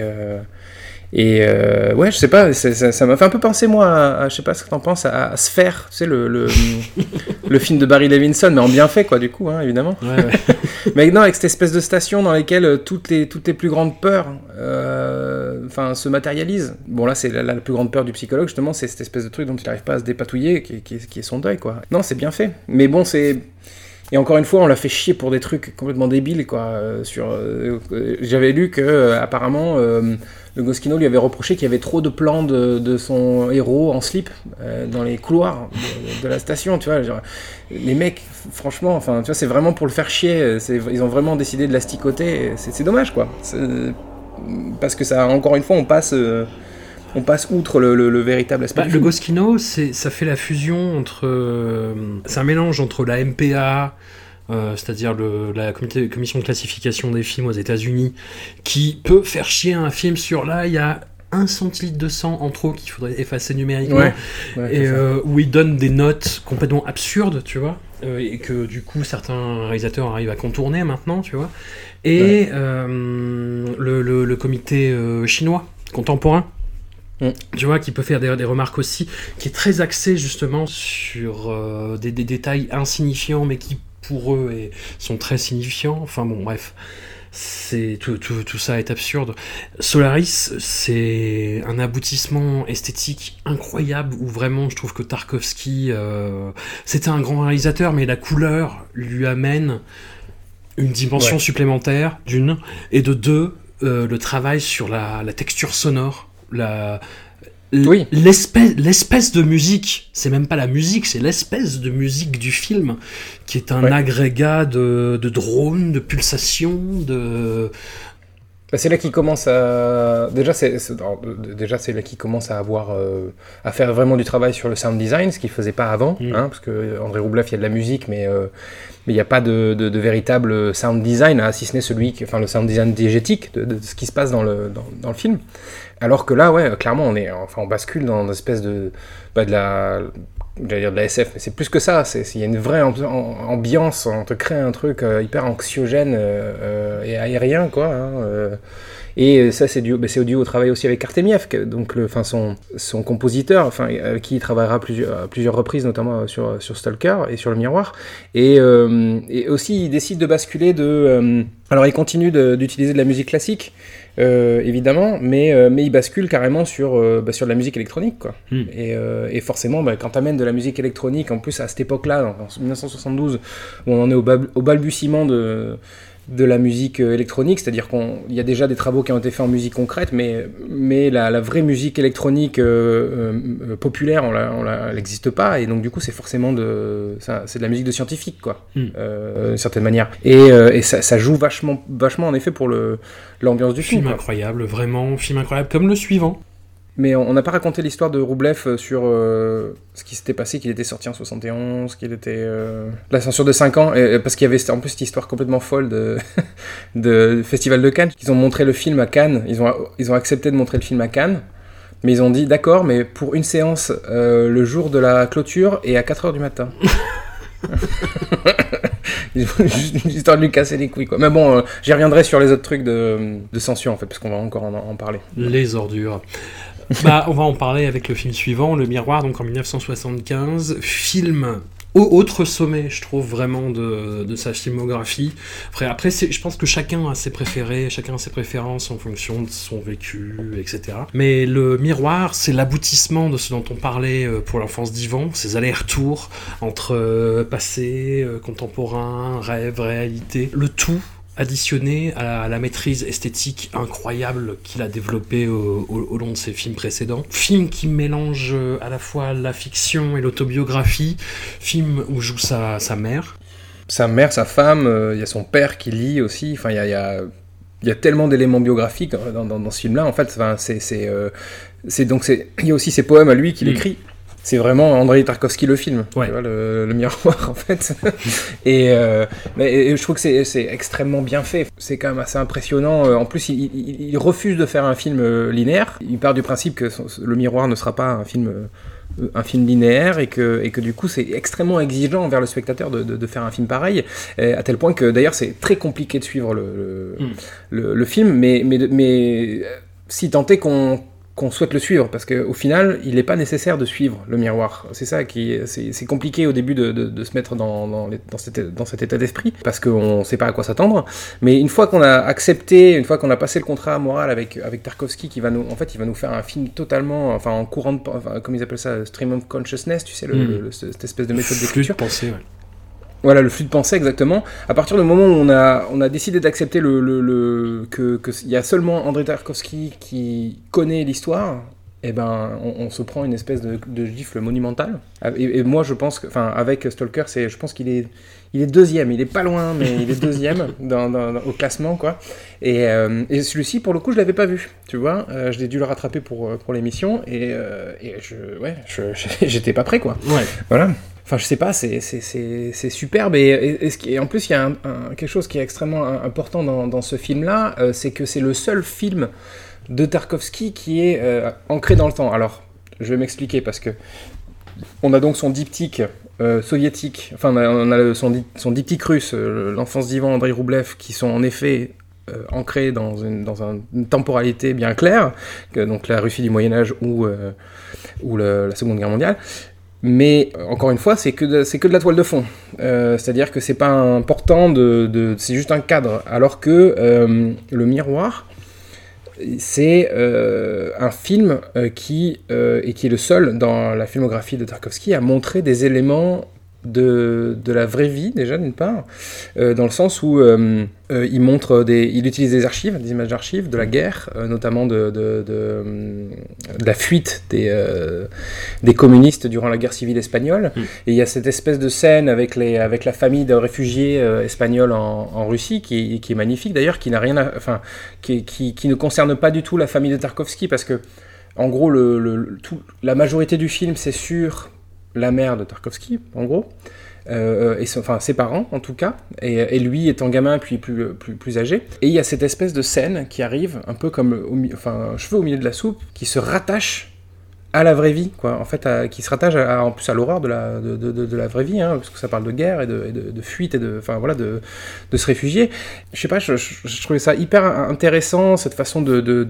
Ouais, je sais pas, ça m'a fait un peu penser, moi, je sais pas ce que t'en penses, à Sphère, tu sais, le film de Barry Levinson, mais en bien fait, quoi, du coup, hein, évidemment. Ouais. Mais non, avec cette espèce de station dans laquelle toutes les plus grandes peurs se matérialisent. Bon, là, c'est la plus grande peur du psychologue, justement, c'est cette espèce de truc dont il n'arrive pas à se dépatouiller, qui est son deuil, quoi. Non, c'est bien fait. Mais bon, Et encore une fois, on l'a fait chier pour des trucs complètement débiles, quoi. J'avais lu que apparemment le Goskino lui avait reproché qu'il y avait trop de plans de son héros en slip dans les couloirs de la station, tu vois. Genre, les mecs, franchement, enfin, tu vois, c'est vraiment pour le faire chier. Ils ont vraiment décidé de l'asticoter. C'est dommage, quoi. Parce que ça, encore une fois, on passe outre le véritable aspect. Le Goskino, ça fait la fusion entre... c'est un mélange entre la MPA, c'est-à-dire la commission de classification des films aux États-Unis, qui peut faire chier un film sur là, il y a 1 centilitre de sang en trop qu'il faudrait effacer numériquement, où il donne des notes complètement absurdes, tu vois, et que du coup certains réalisateurs arrivent à contourner maintenant, tu vois, et le comité chinois contemporain, tu vois, qui peut faire des remarques aussi, qui est très axé justement sur des détails insignifiants, mais qui pour eux sont très signifiants. Enfin bon, bref, tout ça est absurde. Solaris, c'est un aboutissement esthétique incroyable, où vraiment je trouve que Tarkovsky, c'était un grand réalisateur, mais la couleur lui amène une dimension supplémentaire, d'une, et de deux, le travail sur la texture sonore, l'espèce de musique, c'est même pas la musique, c'est l'espèce de musique du film, qui est un agrégat de drones, de pulsations, de... C'est là qu'il commence à... Déjà, c'est là qu'il commence à avoir... à faire vraiment du travail sur le sound design, ce qu'il faisait pas avant, parce que Andrei Roublev, il y a de la musique, mais il n'y a pas de véritable sound design, si ce n'est le sound design diégétique de ce qui se passe dans le film. Alors que là, clairement, on bascule dans une espèce de la SF, mais c'est plus que ça, il y a une vraie ambiance, on te crée un truc hyper anxiogène et aérien, quoi. Et ça, c'est dû au travail aussi avec Artemiev, donc son compositeur, qui travaillera à plusieurs reprises, notamment sur Stalker et sur Le Miroir. Et aussi, il décide de basculer alors, il continue d'utiliser de la musique classique, évidemment, mais il bascule carrément sur de la musique électronique, quoi. Et forcément, quand t'amènes de la musique électronique, en plus à cette époque-là, en 1972, où on en est au balbutiement de la musique électronique, c'est-à-dire qu'il y a déjà des travaux qui ont été faits en musique concrète, mais la vraie musique électronique populaire, elle n'existe pas, et donc du coup c'est forcément c'est de la musique de scientifique, quoi, d'une certaine manière. Et ça joue vachement en effet pour l'ambiance du film. Film incroyable, vraiment, film incroyable, comme le suivant. Mais on n'a pas raconté l'histoire de Roublev sur ce qui s'était passé, qu'il était sorti en 71, qu'il était... la censure de 5 ans, parce qu'il y avait en plus cette histoire complètement folle de Festival de Cannes. Ils ont montré le film à Cannes, ils ont accepté de montrer le film à Cannes, mais ils ont dit d'accord, mais pour une séance le jour de la clôture et à 4h du matin. Ils ont juste une histoire de lui casser les couilles, quoi. Mais bon, j'y reviendrai sur les autres trucs de censure, en fait, parce qu'on va encore en parler. Les ordures. On va en parler avec le film suivant, Le Miroir, donc en 1975, film au autre sommet, je trouve, vraiment de sa filmographie. Après je pense que chacun a ses préférés, chacun a ses préférences en fonction de son vécu, etc. Mais Le Miroir, c'est l'aboutissement de ce dont on parlait pour l'enfance d'Ivan, ces allers-retours entre passé, contemporain, rêve, réalité, le tout additionné à la maîtrise esthétique incroyable qu'il a développée au long de ses films précédents. Film qui mélange à la fois la fiction et l'autobiographie, film où joue sa mère. Sa mère, sa femme, il y a son père qui lit aussi, il y a tellement d'éléments biographiques dans ce film-là, en fait, il y a aussi ses poèmes à lui qu'il écrit. C'est vraiment Andrei Tarkovsky le film, tu vois, le Miroir, en fait. et je trouve que c'est extrêmement bien fait. C'est quand même assez impressionnant. En plus, il refuse de faire un film linéaire. Il part du principe que Le Miroir ne sera pas un film linéaire et que du coup, c'est extrêmement exigeant envers le spectateur de faire un film pareil, à tel point que d'ailleurs, c'est très compliqué de suivre le film, mais si tant est qu'on souhaite le suivre, parce qu'au final, il n'est pas nécessaire de suivre Le Miroir. C'est ça c'est compliqué au début de se mettre dans cet état d'esprit, parce qu'on ne sait pas à quoi s'attendre. Mais une fois qu'on a accepté, une fois qu'on a passé le contrat moral avec Tarkovsky, qui va nous faire un film totalement, en courant comme ils appellent ça, stream of consciousness, tu sais, cette espèce de méthode d'écriture. Flux de pensée, Voilà, le flux de pensée, exactement. À partir du moment où on a décidé d'accepter que y a seulement Andrei Tarkovsky qui connaît l'histoire, on se prend une espèce de gifle monumentale. Et moi, je pense avec Stalker, je pense qu'il est deuxième. Il est pas loin, mais il est deuxième au classement, quoi. Et celui-ci, pour le coup, je l'avais pas vu, tu vois. Je l'ai dû le rattraper pour l'émission, et j'étais pas prêt, quoi. Ouais. Voilà. Enfin, je sais pas, c'est superbe, et en plus, il y a quelque chose qui est extrêmement important dans ce film-là, c'est que c'est le seul film de Tarkovsky qui est ancré dans le temps. Alors, je vais m'expliquer, parce que on a donc son diptyque soviétique, on a son diptyque russe, l'enfance d'Ivan, Andrei Roublev, qui sont en effet ancrés dans une temporalité bien claire, donc la Russie du Moyen-Âge ou la Seconde Guerre mondiale. Mais encore une fois, c'est que de la toile de fond. C'est-à-dire que c'est pas important c'est juste un cadre. Alors que Le Miroir, c'est un film qui est le seul dans la filmographie de Tarkovsky à montrer des éléments de la vraie vie, déjà, d'une part, dans le sens où il utilise des archives, des images d'archives de la guerre, notamment de la fuite des communistes durant la guerre civile espagnole. Et il y a cette espèce de scène avec la famille de réfugiés espagnols en Russie, qui est magnifique d'ailleurs, qui n'a rien qui ne concerne pas du tout la famille de Tarkovsky, parce que, en gros, la majorité du film, c'est sur la mère de Tarkovsky, en gros, ses parents en tout cas, et lui étant gamin puis plus âgé. Et il y a cette espèce de scène qui arrive un peu comme un cheveu au milieu de la soupe, qui se rattache à la vraie vie, quoi. En fait, qui se rattache en plus à l'horreur de la vraie vie, hein, parce que ça parle de guerre et de fuite et de se réfugier. Je sais pas, je trouvais ça hyper intéressant, cette façon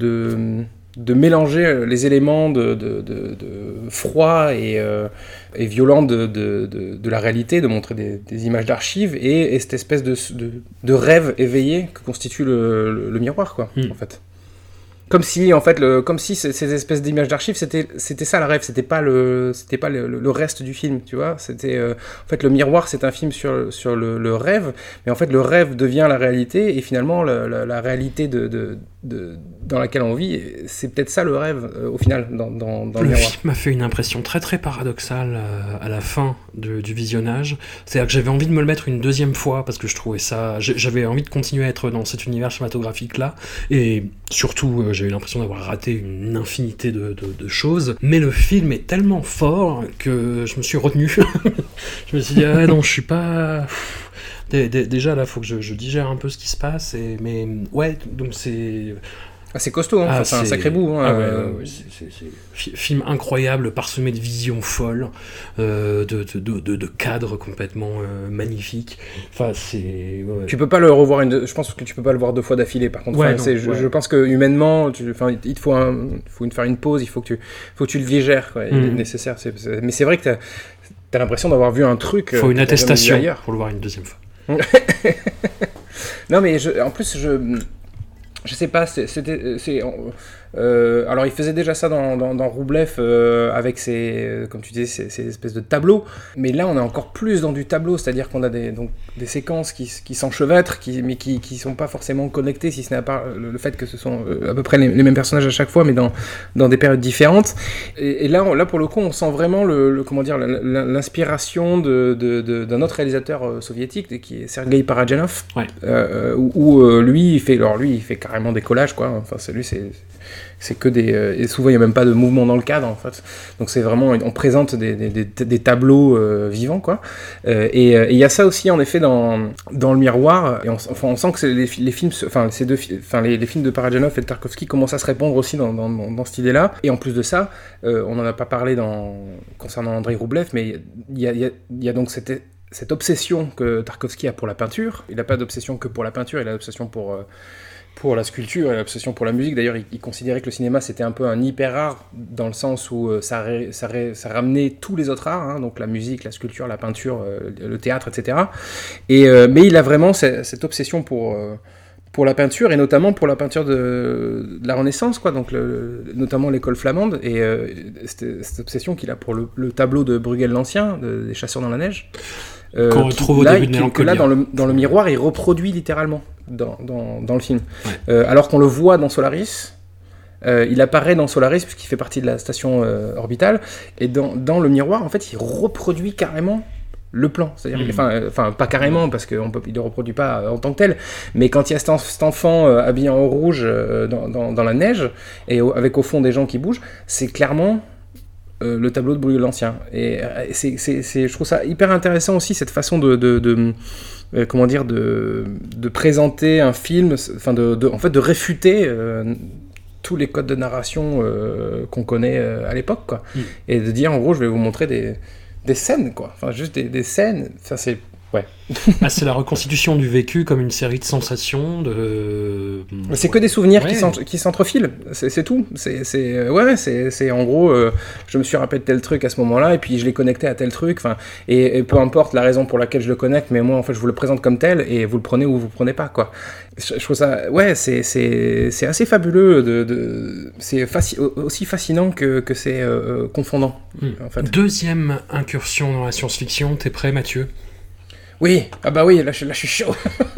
de mélanger les éléments de froid et violent de la réalité, de montrer des images d'archives et cette espèce de rêve éveillé que constitue le miroir, quoi, en fait. Comme si ces espèces d'images d'archives, c'était ça le rêve, c'était pas le reste du film, tu vois. C'était en fait, le miroir, c'est un film sur le rêve, mais en fait le rêve devient la réalité, et finalement la réalité dans laquelle on vit, c'est peut-être ça le rêve au final dans le miroir. Le film m'a fait une impression très très paradoxale à la fin du visionnage. C'est-à-dire que j'avais envie de me le mettre une deuxième fois parce que je trouvais ça, j'avais envie de continuer à être dans cet univers cinématographique là, et surtout j'avais l'impression d'avoir raté une infinité de choses, mais le film est tellement fort que je me suis retenu. Je me suis dit non, je suis pas... Déjà là, faut que je digère un peu ce qui se passe, mais ouais, donc c'est... c'est costaud, hein. C'est un sacré bout. Hein. C'est film incroyable, parsemé de visions folles, de cadres complètement magnifiques. Enfin, c'est... Ouais. Tu peux pas le revoir je pense que tu peux pas le voir 2 fois d'affilée, par contre. Ouais, je pense que humainement, il te faut faire une pause, il faut que tu le digères, quoi. Il est nécessaire. Mais c'est vrai que t'as l'impression d'avoir vu un truc. Il faut une attestation pour le voir une deuxième fois. Non, mais en plus, je sais pas, alors il faisait déjà ça dans Roublev avec comme tu disais, ces espèces de tableaux, mais là on est encore plus dans du tableau, c'est-à-dire qu'on a des séquences qui s'enchevêtrent, mais qui sont pas forcément connectées, si ce n'est à part le fait que ce sont à peu près les mêmes personnages à chaque fois, mais dans des périodes différentes. Et là pour le coup, on sent vraiment l'inspiration d'un autre réalisateur soviétique, qui est Sergei Parajanov, où lui il fait carrément des collages, quoi. Enfin, c'est que et souvent il n'y a même pas de mouvement dans le cadre, en fait. Donc c'est vraiment, on présente des tableaux vivants, quoi. Et il y a ça aussi, en effet, dans le miroir. Et on sent que les films, les films de Parajanov et de Tarkovsky commencent à se répondre aussi dans cette idée-là. Et en plus de ça, on n'en a pas parlé concernant Andrei Roublev, mais il y a donc cette obsession que Tarkovsky a pour la peinture. Il n'a pas d'obsession que pour la peinture, il a l'obsession pour la sculpture et l'obsession pour la musique. D'ailleurs, il considérait que le cinéma, c'était un peu un hyper-art, dans le sens où ça ramenait tous les autres arts, hein, donc la musique, la sculpture, la peinture, le théâtre, etc. Mais il a vraiment cette obsession pour la peinture, et notamment pour la peinture de la Renaissance, quoi, donc notamment l'école flamande, et cette obsession qu'il a pour le tableau de Bruegel l'Ancien, des chasseurs dans la neige. Qu'on retrouve au début de Mélancolia. Que là, dans le miroir, il reproduit littéralement dans le film. Ouais. Alors qu'on le voit dans Solaris, il apparaît dans Solaris puisqu'il fait partie de la station orbitale, et dans le miroir, en fait, il reproduit carrément le plan. C'est-à-dire, enfin, pas carrément, parce qu'il ne le reproduit pas en tant que tel, mais quand il y a cet enfant habillé en rouge dans la neige, et avec au fond des gens qui bougent, c'est clairement... le tableau de Bruegel l'Ancien. Et je trouve ça hyper intéressant aussi, cette façon de présenter un film, enfin en fait de réfuter tous les codes de narration qu'on connaît à l'époque, quoi. Et de dire, en gros, je vais vous montrer des scènes, quoi. Enfin, juste des scènes. Ça, Ouais. C'est la reconstitution du vécu comme une série de sensations, C'est que des souvenirs Ouais. qui s'entrefilent, c'est tout. C'est en gros, je me suis rappelé de tel truc à ce moment-là, et puis je l'ai connecté à tel truc, et peu importe la raison pour laquelle je le connecte, mais moi, en fait, je vous le présente comme tel, et vous le prenez ou vous le prenez pas, quoi. Je trouve ça, c'est assez fabuleux, c'est aussi fascinant que c'est confondant, en fait. Deuxième incursion dans la science-fiction, t'es prêt, Mathieu? Oui, ah bah oui, là je suis chaud.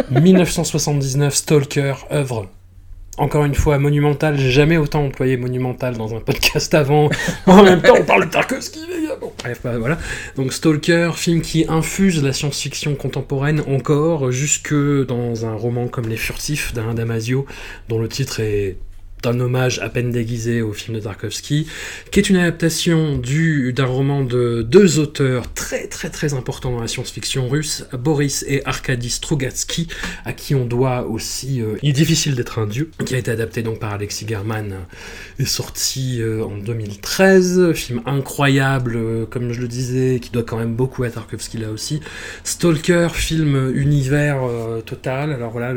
1979, Stalker, œuvre. Encore une fois, monumentale. J'ai jamais autant employé monumental dans un podcast avant. En même temps, on parle de Tarkovsky, les gars. Bon, bref, voilà. Donc Stalker, film qui infuse la science-fiction contemporaine encore, jusque dans un roman comme Les Furtifs d'Alain Damasio, dont le titre est un hommage à peine déguisé au film de Tarkovsky, qui est une adaptation d'un roman de deux auteurs très très très importants dans la science-fiction russe, Boris et Arkady Strugatsky, à qui on doit aussi Il est difficile d'être un dieu, qui a été adapté donc par Alexis German, est sorti en 2013, film incroyable, comme je le disais, qui doit quand même beaucoup à Tarkovsky là aussi. Stalker, film univers total, alors voilà,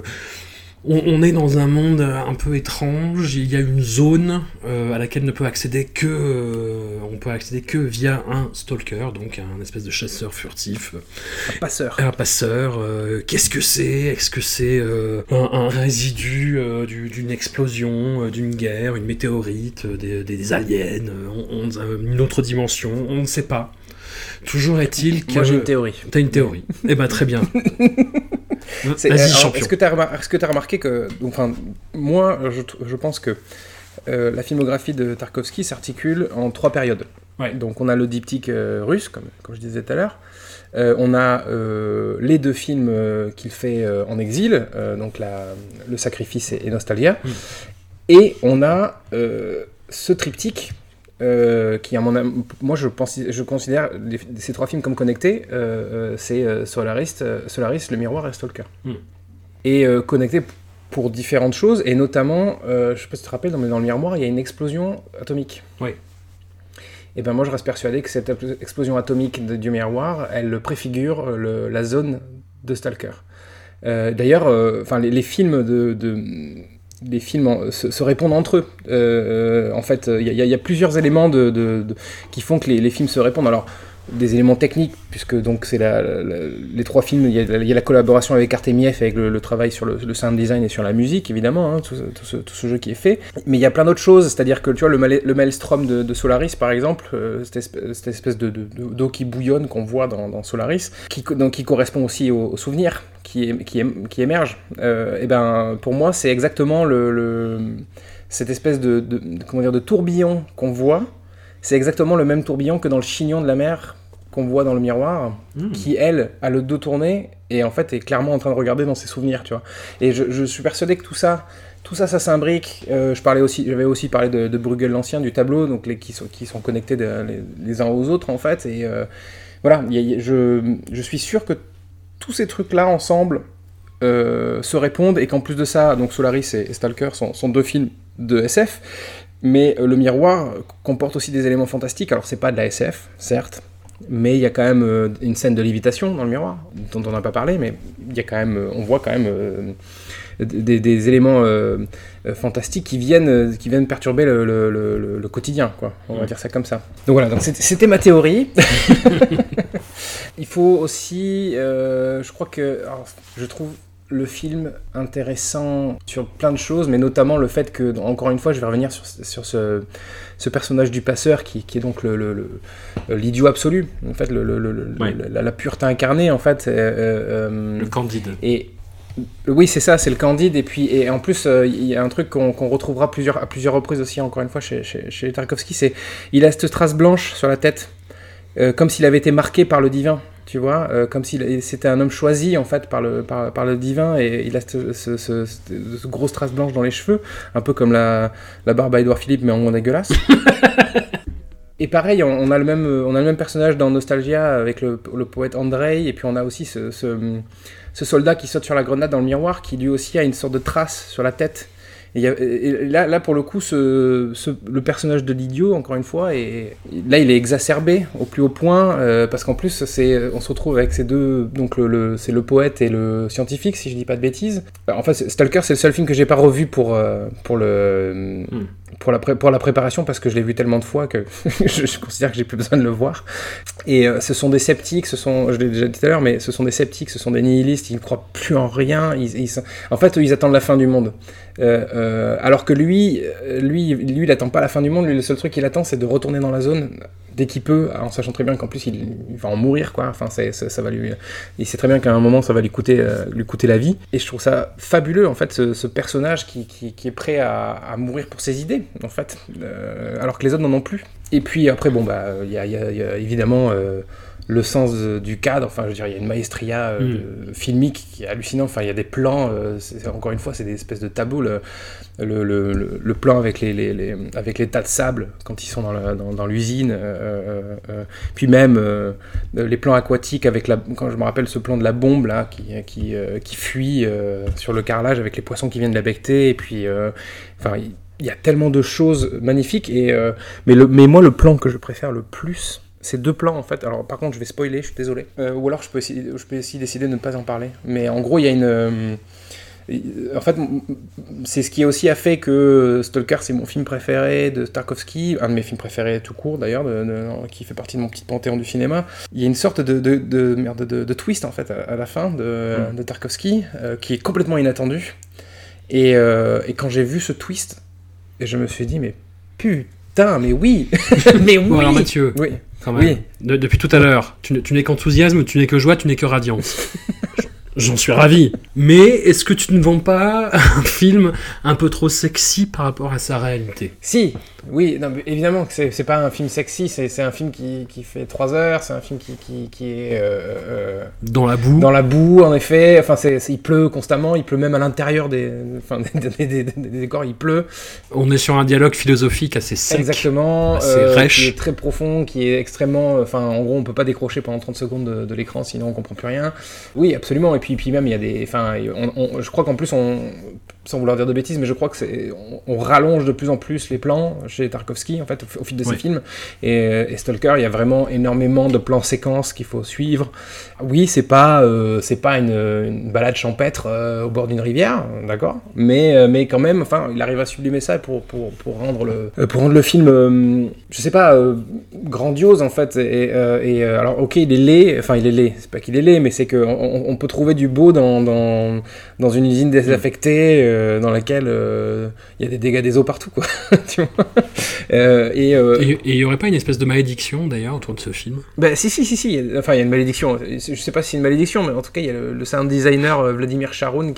on est dans un monde un peu étrange, il y a une zone à laquelle on peut accéder que via un stalker, donc un espèce de chasseur furtif. Un passeur. Qu'est-ce que c'est ? Est-ce que c'est un résidu d'une explosion, d'une guerre, une météorite, des aliens, une autre dimension ? On ne sait pas. Toujours est-il que... Moi j'ai une théorie. T'as une théorie. Eh ben très bien. Vas-y, champion. Est-ce que tu as remarqué que... Enfin, moi, je pense que la filmographie de Tarkovsky s'articule en 3 périodes. Ouais. Donc on a le diptyque russe, comme je disais tout à l'heure. On a les 2 films qu'il fait en exil, donc Le Sacrifice et Nostalgia. Et on a ce triptyque qui, à moi, je considère ces 3 films comme connectés. C'est Solaris, Le Miroir et Stalker. Et connectés pour différentes choses, et notamment, je sais pas si tu te rappelles, mais dans Le Miroir, il y a une explosion atomique. Oui. Et ben moi, je reste persuadé que cette explosion atomique du Miroir, elle préfigure la zone de Stalker. D'ailleurs, les films les films se répondent entre eux. En fait, il y a plusieurs éléments qui font que les films se répondent. Alors, des éléments techniques, puisque donc c'est les 3 films, il y a la collaboration avec Artemiev, avec le travail sur le sound design et sur la musique, évidemment, hein, tout ce jeu qui est fait. Mais il y a plein d'autres choses, c'est-à-dire que tu vois, le maelstrom de Solaris, par exemple, cette espèce d'eau qui bouillonne qu'on voit dans Solaris, qui correspond aussi aux souvenirs qui émergent. Et ben, pour moi, c'est exactement cette espèce de tourbillon qu'on voit. C'est exactement le même tourbillon que dans le chignon de la mer qu'on voit dans Le Miroir, qui, elle, a le dos tourné et en fait est clairement en train de regarder dans ses souvenirs, tu vois. Et je suis persuadé que tout ça s'imbrique. J'avais aussi parlé de Bruegel l'Ancien, du tableau, donc qui sont connectés les uns aux autres, en fait. Et voilà, je suis sûr que tous ces trucs-là, ensemble, se répondent, et qu'en plus de ça, donc Solaris et Stalker sont 2 films de SF, mais Le Miroir comporte aussi des éléments fantastiques. Alors c'est pas de la SF, certes, mais il y a quand même une scène de lévitation dans Le Miroir, dont on n'a pas parlé, mais il y a quand même, on voit quand même des éléments fantastiques qui viennent perturber le quotidien, quoi. On va dire ça comme ça. Donc voilà, donc c'était ma théorie. Il faut aussi, je crois que, alors, je trouve le film intéressant sur plein de choses, mais notamment le fait que, encore une fois, je vais revenir sur ce personnage du passeur qui est donc l'idiot absolu, en fait, la pureté incarnée, en fait. Le Candide. Et oui, c'est ça, c'est le Candide, et en plus, il y a un truc qu'on retrouvera à plusieurs reprises aussi, encore une fois, chez Tarkovsky, c'est il a cette trace blanche sur la tête, comme s'il avait été marqué par le divin. Tu vois, comme si c'était un homme choisi, en fait, par le divin, et il a cette grosse trace blanche dans les cheveux, un peu comme la barbe à Édouard Philippe, mais en moins dégueulasse. Et pareil, on a le même personnage dans Nostalgia avec le poète Andrei, et puis on a aussi ce soldat qui saute sur la grenade dans Le Miroir, qui lui aussi a une sorte de trace sur la tête. Et là, pour le coup, le personnage de l'idiot, encore une fois, là, il est exacerbé au plus haut point, parce qu'en plus, on se retrouve avec ces deux, donc c'est le poète et le scientifique, si je dis pas de bêtises. En fait, Stalker, c'est le seul film que j'ai pas revu pour la préparation, parce que je l'ai vu tellement de fois que je considère que j'ai plus besoin de le voir. Et ce sont des sceptiques, je l'ai déjà dit tout à l'heure, mais ce sont des sceptiques, ce sont des nihilistes, ils ne croient plus en rien, en fait, ils attendent la fin du monde. Alors que lui, il attend pas la fin du monde. Lui, le seul truc qu'il attend, c'est de retourner dans la zone dès qu'il peut, en sachant très bien qu'en plus il va en mourir, quoi. Enfin, ça va lui. Il sait très bien qu'à un moment, ça va lui coûter la vie. Et je trouve ça fabuleux, en fait, ce personnage qui est prêt à mourir pour ses idées, en fait, alors que les autres n'en ont plus. Et puis après, bon, bah, il y a évidemment le sens du cadre. Enfin, je veux dire, il y a une maestria filmique qui est hallucinante. Enfin, il y a des plans. Encore une fois, c'est des espèces de tableaux. Le plan avec les tas de sable quand ils sont dans l'usine. Puis même les plans aquatiques avec quand je me rappelle ce plan de la bombe là qui fuit sur le carrelage avec les poissons qui viennent de la becter. Et puis, enfin. Il y a tellement de choses magnifiques, mais moi, le plan que je préfère le plus, c'est deux plans, en fait. Alors, par contre, je vais spoiler, je suis désolé. Ou alors, je peux aussi décider de ne pas en parler. Mais en gros, il y a en fait, c'est ce qui aussi a fait que Stalker, c'est mon film préféré de Tarkovsky, un de mes films préférés tout court, d'ailleurs, qui fait partie de mon petit panthéon du cinéma. Il y a une sorte de twist, en fait, à la fin de Tarkovsky, qui est complètement inattendu. Et quand j'ai vu ce twist, je me suis dit, mais putain, mais oui. Mais oui. Bon, alors Mathieu, oui. Quand même, oui. Depuis tout à l'heure, tu n'es qu'enthousiasme, tu n'es que joie, tu n'es que radiance. J'en suis ravi. Mais est-ce que tu ne vends pas un film un peu trop sexy par rapport à sa réalité ? Si, oui, non, évidemment que c'est pas un film sexy, c'est un film qui fait 3 heures, c'est un film qui est... dans la boue. Dans la boue, en effet. Enfin, il pleut constamment, il pleut même à l'intérieur des décors, il pleut. On est sur un dialogue philosophique assez sec. Exactement. Assez rêche. Qui est très profond, qui est extrêmement... Enfin, en gros, on peut pas décrocher pendant 30 secondes de l'écran, sinon on comprend plus rien. Oui, absolument. Et puis même, il y a des... Enfin, je crois qu'en plus, sans vouloir dire de bêtises, mais je crois que on rallonge de plus en plus les plans chez Tarkovsky, en fait, au fil de ses films. Et Stalker, il y a vraiment énormément de plans séquences qu'il faut suivre. Oui, c'est pas une balade champêtre au bord d'une rivière, d'accord, mais quand même, enfin, il arrive à sublimer ça pour rendre le film, je sais pas, grandiose, en fait. Alors, ok, il est laid, c'est pas qu'il est laid, mais c'est qu'on peut trouver du beau dans une usine désaffectée, dans laquelle il y a des dégâts des eaux partout, quoi. Tu vois. Et il y aurait pas une espèce de malédiction, d'ailleurs, autour de ce film ? Ben si. Enfin, il y a une malédiction. Je sais pas si c'est une malédiction, mais en tout cas, il y a le sound designer Vladimir Sharon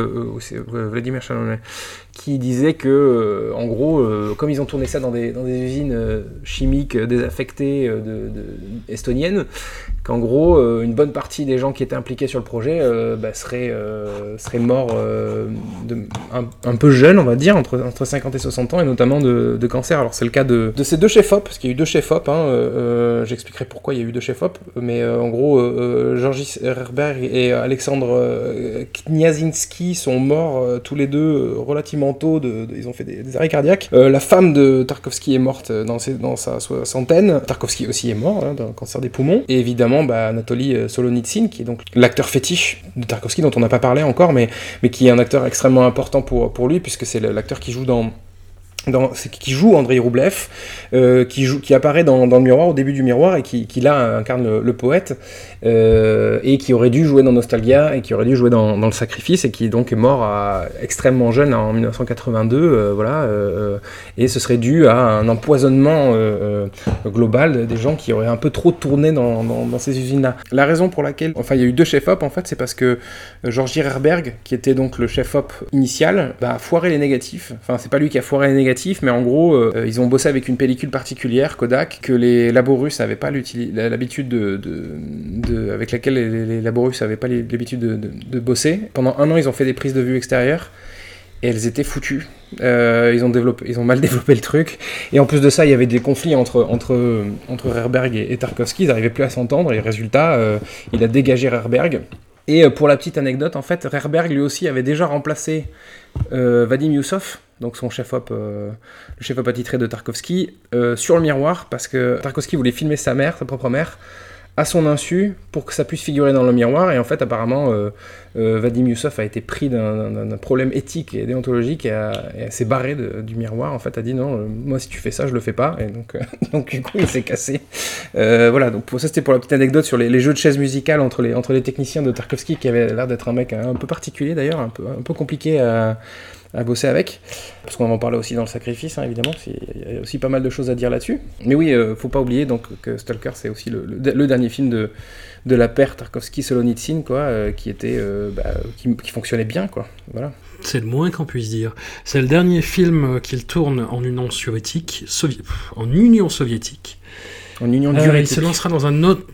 qui disait que, en gros, comme ils ont tourné ça dans des usines chimiques désaffectées estoniennes, qu'en gros, une bonne partie des gens qui étaient impliqués sur le projet seraient morts un peu jeunes, on va dire, entre 50 et 60 ans, et notamment de cancer. Alors c'est le cas de ces deux chefs-op, parce qu'il y a eu deux chefs-op, j'expliquerai pourquoi il y a eu deux chefs-op, mais en gros, Georgi Herberg et Alexandre Kniazinski sont morts tous les deux relativement tôt, ils ont fait des arrêts cardiaques. La femme de Tarkovsky est morte dans sa soixantaine. Tarkovsky aussi est mort d'un cancer des poumons. Et évidemment, Anatoly Solonitsyn, qui est donc l'acteur fétiche de Tarkovsky, dont on n'a pas parlé encore, mais qui est un acteur extrêmement important pour lui, puisque c'est l'acteur qui joue qui joue Andrei Roublev, qui apparaît dans le miroir, au début du miroir, et qui là incarne le poète, et qui aurait dû jouer dans Nostalgia, et qui aurait dû jouer dans Le Sacrifice, et qui donc est mort extrêmement jeune, en 1982, et ce serait dû à un empoisonnement global des gens qui auraient un peu trop tourné dans ces usines-là. La raison pour laquelle, il y a eu deux chefs-op, en fait, c'est parce que Georgi Herberg, qui était donc le chef-op initial, a foiré les négatifs. Enfin, c'est pas lui qui a foiré les négatifs, mais en gros, ils ont bossé avec une pellicule particulière, Kodak, que les labos russes n'avaient pas l'habitude avec laquelle les labos russes n'avaient pas l'habitude de bosser. Pendant 1 an, ils ont fait des prises de vue extérieures, et elles étaient foutues. Ils ont mal développé le truc, et en plus de ça, il y avait des conflits entre Herberg et Tarkovsky, ils n'arrivaient plus à s'entendre, et résultat, il a dégagé Herberg. Et pour la petite anecdote, en fait, Herberg lui aussi avait déjà remplacé Vadim Youssov, donc son chef-op, le chef-op attitré de Tarkovsky, sur le miroir, parce que Tarkovsky voulait filmer sa propre mère, à son insu, pour que ça puisse figurer dans le miroir, et en fait apparemment Vadim Youssef a été pris d'un problème éthique et déontologique, et s'est barré du miroir, en fait, a dit non, moi si tu fais ça je le fais pas, et donc du coup il s'est cassé. Voilà, donc ça c'était pour la petite anecdote sur les jeux de chaises musicales entre les techniciens de Tarkovsky, qui avait l'air d'être un mec un peu particulier d'ailleurs, un peu compliqué à bosser avec, parce qu'on en parlait aussi dans le sacrifice, hein, évidemment, il y a aussi pas mal de choses à dire là-dessus. Mais oui, faut pas oublier donc que Stalker, c'est aussi le dernier film de la paire Tarkovsky-Solonitsyn, quoi, qui était qui fonctionnait bien, quoi. Voilà. C'est le moins qu'on puisse dire. C'est le dernier film qu'il tourne en Union soviétique. En Union diurétique. Il se lancera dans un autre...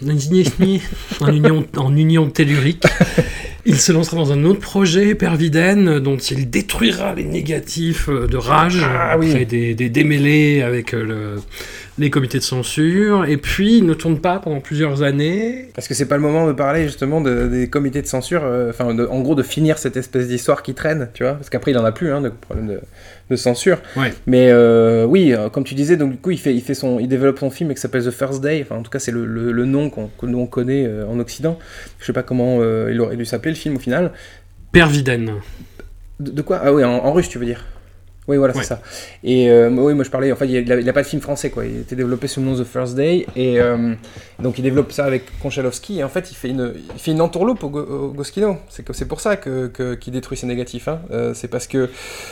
en union tellurique. Il se lancera dans un autre projet, Perviden, dont il détruira les négatifs de rage, après des démêlés avec les comités de censure, et puis il ne tourne pas pendant plusieurs années. Parce que c'est pas le moment de parler justement des comités de censure, en gros de finir cette espèce d'histoire qui traîne, tu vois, parce qu'après il en a plus, de problème de censure. Ouais. Mais oui, comme tu disais, donc du coup il développe son film qui s'appelle The First Day, en tout cas c'est le nom que nous on connaît en Occident. Je sais pas comment il aurait dû s'appeler le film au final. Perviden. De quoi ? Ah oui, en russe tu veux dire ? Oui, voilà, ouais. C'est ça. Et oui, moi je parlais, en fait, il a pas de film français, quoi. Il était développé sous le nom The First Day, et donc il développe ça avec Konchalovsky, et en fait, il fait une entourloupe au Goskino. C'est pour ça qu'il détruit ses négatifs, hein. C'est parce que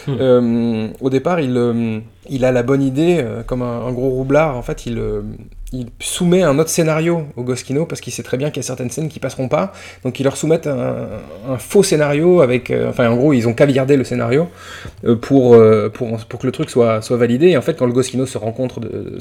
au départ, il a la bonne idée, comme un gros roublard, en fait, il soumet un autre scénario au Goskino, parce qu'il sait très bien qu'il y a certaines scènes qui passeront pas, donc ils leur soumettent un faux scénario avec... en gros, ils ont caviardé le scénario pour que le truc soit validé, et en fait, quand le Goskino se rend compte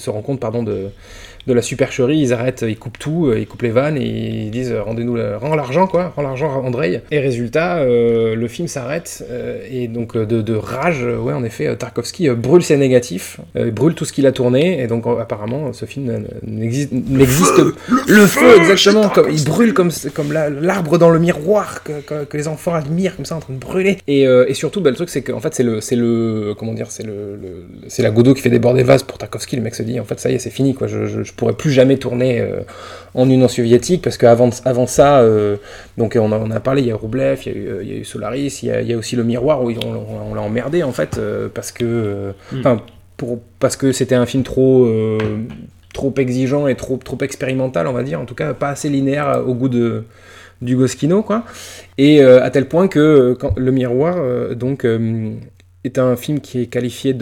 de la supercherie, ils arrêtent, ils coupent tout, ils coupent les vannes, et ils disent rends l'argent, quoi, rends l'argent à Andrei. Et résultat, le film s'arrête, et donc de rage, ouais, en effet, Tarkovsky brûle ses négatifs, brûle tout ce qu'il a tourné, et donc apparemment, ce film n'existe... Le feu, exactement, il brûle comme l'arbre dans le miroir que les enfants admirent, comme ça, en train de brûler. Et surtout, le truc, c'est qu'en fait, c'est la Godot qui fait déborder des vases pour Tarkovsky. Le mec se dit, en fait, ça y est, c'est fini, quoi, je pourrais plus jamais tourner en Union soviétique, parce qu'avant ça, donc on a parlé, il y a Roublev, il y a eu Solaris, il y a aussi le miroir où on l'a emmerdé, en fait, parce que c'était un film trop exigeant et trop expérimental, on va dire, en tout cas pas assez linéaire au goût du Goskino, quoi, et à tel point que le miroir est un film qui est qualifié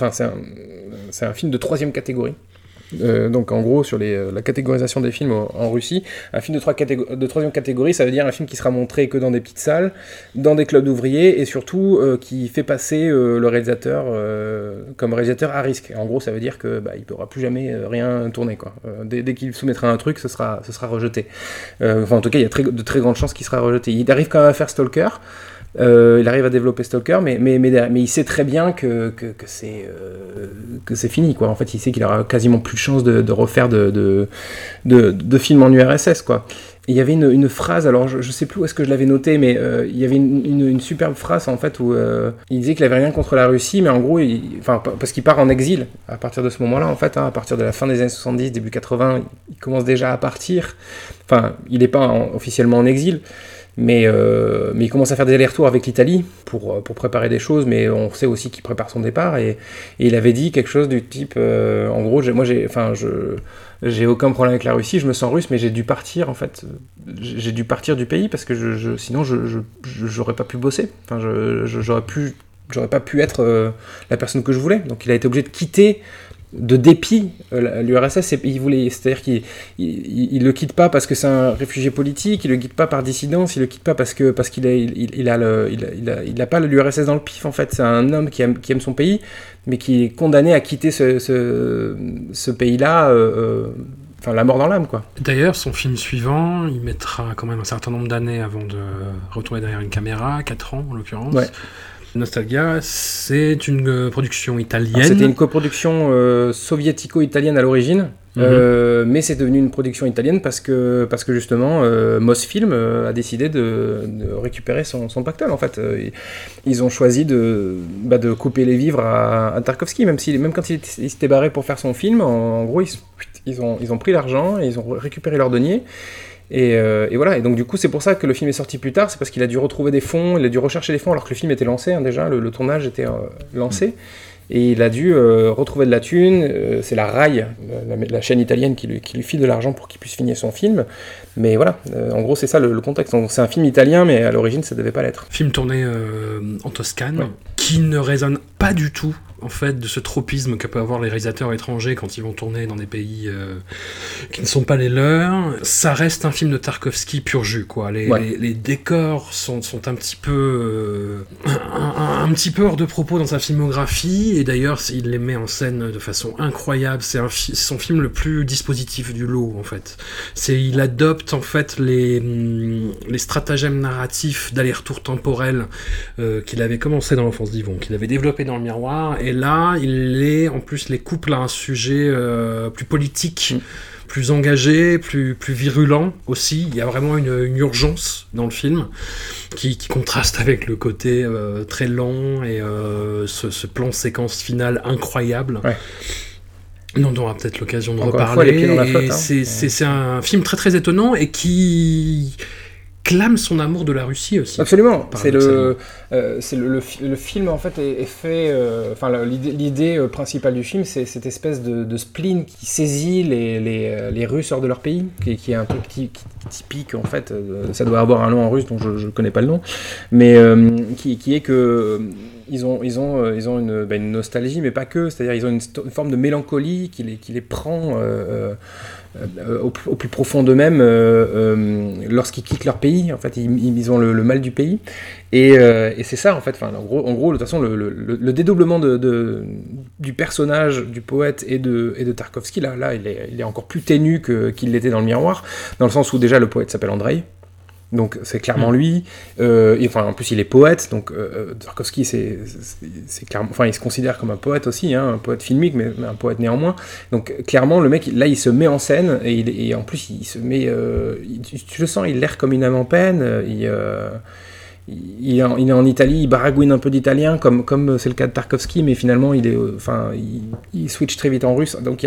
c'est un film de 3e catégorie. Donc en gros sur la catégorisation des films en Russie, un film de 3e catégorie, ça veut dire un film qui sera montré que dans des petites salles, dans des clubs d'ouvriers, et surtout qui fait passer le réalisateur comme réalisateur à risque. Et en gros ça veut dire que il ne pourra plus jamais rien tourner, quoi. Dès qu'il soumettra un truc, ce sera rejeté. En tout cas il y a de très grandes chances qu'il sera rejeté. Il arrive quand même à faire Stalker. Il arrive à développer Stalker, mais il sait très bien que c'est fini, quoi. En fait, il sait qu'il aura quasiment plus de chance de refaire de films en URSS, quoi. Et il y avait une phrase, alors je sais plus où est-ce que je l'avais noté, mais il y avait une superbe phrase, en fait, où il disait qu'il avait rien contre la Russie, mais en gros, parce qu'il part en exil à partir de ce moment-là, en fait, à partir de la fin des années 70, début 80, il commence déjà à partir. Enfin, il n'est pas officiellement en exil, mais il commence à faire des allers-retours avec l'Italie pour préparer des choses, mais on sait aussi qu'il prépare son départ, et il avait dit quelque chose du type en gros, j'ai aucun problème avec la Russie, je me sens russe, mais j'ai dû partir, en fait, j'ai dû partir du pays parce que sinon j'aurais pas pu bosser, enfin j'aurais pas pu être la personne que je voulais, donc il a été obligé de quitter de dépit l'URSS, c'est-à-dire qu'il le quitte pas parce que c'est un réfugié politique, il le quitte pas par dissidence, il le quitte pas parce qu'il a pas l'URSS dans le pif, en fait. C'est un homme qui aime son pays, mais qui est condamné à quitter ce pays-là, la mort dans l'âme, quoi. D'ailleurs, son film suivant, il mettra quand même un certain nombre d'années avant de retourner derrière une caméra, 4 ans en l'occurrence. Ouais. Nostalgia, c'est une production italienne. Alors, c'était une coproduction soviético-italienne à l'origine, Mais c'est devenu une production italienne parce que justement Mosfilm a décidé de récupérer son pactole en fait. Ils ont choisi de couper les vivres à Tarkovsky, même quand il s'était barré pour faire son film, en gros ils ont pris l'argent et ils ont récupéré leur denier. Et voilà, et donc du coup c'est pour ça que le film est sorti plus tard, c'est parce qu'il a dû retrouver des fonds, il a dû rechercher des fonds alors que le film était lancé déjà, le tournage était lancé. Et il a dû retrouver de la thune, c'est la RAI, la chaîne italienne qui lui file de l'argent pour qu'il puisse finir son film. Mais voilà, en gros c'est ça le contexte. Donc, c'est un film italien, mais à l'origine ça devait pas l'être. Film tourné en Toscane, qui ne résonne pas du tout en fait de ce tropisme que peuvent avoir les réalisateurs étrangers quand ils vont tourner dans des pays qui ne sont pas les leurs. Ça reste un film de Tarkovsky pur jus, quoi. Les décors sont un petit peu un petit peu hors de propos dans sa filmographie, et d'ailleurs il les met en scène de façon incroyable. C'est son film le plus dispositif du lot en fait. Il adopte en fait les stratagèmes narratifs d'aller-retour temporel qu'il avait commencé dans L'Enfance d'Yvon, qu'il avait développé dans Le Miroir, et là en plus les couple à un sujet plus politique, plus engagé, plus virulent aussi. Il y a vraiment une urgence dans le film qui contraste avec le côté très lent et ce plan séquence finale incroyable. Ouais. On aura peut-être l'occasion de reparler. C'est un film très très étonnant et qui clame son amour de la Russie aussi. Absolument. Le film en fait est fait. L'idée principale du film, c'est cette espèce de spleen qui saisit les Russes hors de leur pays, qui est un truc typique en fait. Ça doit avoir un nom en russe dont je connais pas le nom, mais qui est que ils ont une nostalgie, mais pas que. C'est-à-dire ils ont une forme de mélancolie qui les prend au plus profond d'eux-mêmes lorsqu'ils quittent leur pays. En fait, ils ont le mal du pays, et c'est ça en fait. Enfin, en gros, de toute façon, le dédoublement du personnage du poète et de Tarkovsky, là, il est encore plus ténu qu'il l'était dans Le Miroir, dans le sens où déjà le poète s'appelle Andreï. Donc c'est clairement lui. En plus il est poète, donc Tarkovsky c'est clairement, enfin il se considère comme un poète aussi, un poète filmique, mais un poète néanmoins. Donc clairement le mec là il se met en scène et en plus il se met, tu le sens, il l'air comme une âme en peine. Il est en Italie, il baragouine un peu d'italien comme c'est le cas de Tarkovsky, mais finalement il switch très vite en russe. Donc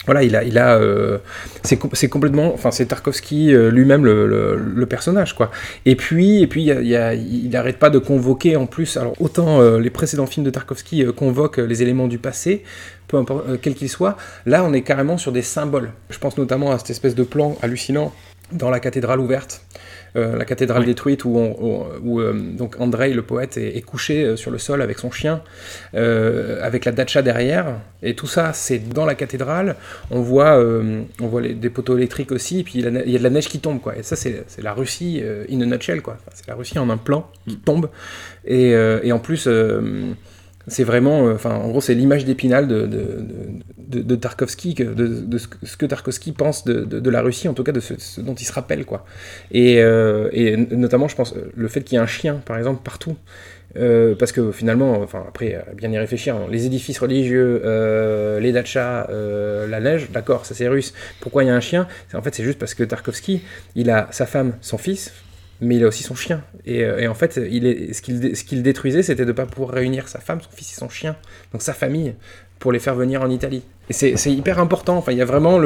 c'est complètement, enfin c'est Tarkovsky lui-même le personnage quoi. Et puis il n'arrête pas de convoquer en plus. Alors autant les précédents films de Tarkovsky convoquent les éléments du passé, peu importe quel qu'il soit. Là on est carrément sur des symboles. Je pense notamment à cette espèce de plan hallucinant dans la cathédrale ouverte. La cathédrale détruite où donc Andreï le poète est couché sur le sol avec son chien, avec la datcha derrière, et tout ça c'est dans la cathédrale. On voit des poteaux électriques aussi, et puis il y a de la neige qui tombe quoi. Et ça c'est la Russie in a nutshell quoi. Enfin, c'est la Russie en un plan qui tombe, et en plus c'est vraiment, en gros, c'est l'image d'Épinal de Tarkovsky, de ce que Tarkovsky pense de la Russie, en tout cas de ce dont il se rappelle, quoi. Et notamment, je pense, le fait qu'il y ait un chien, par exemple, partout. Parce que finalement, après, à bien y réfléchir, les édifices religieux, les dachas, la neige, d'accord, ça c'est russe. Pourquoi il y a un chien ? En fait, c'est juste parce que Tarkovsky, il a sa femme, son fils, mais il a aussi son chien. Et en fait, ce qu'il détruisait, c'était de ne pas pouvoir réunir sa femme, son fils et son chien, donc sa famille, pour les faire venir en Italie. Et c'est hyper important. Enfin, il y a vraiment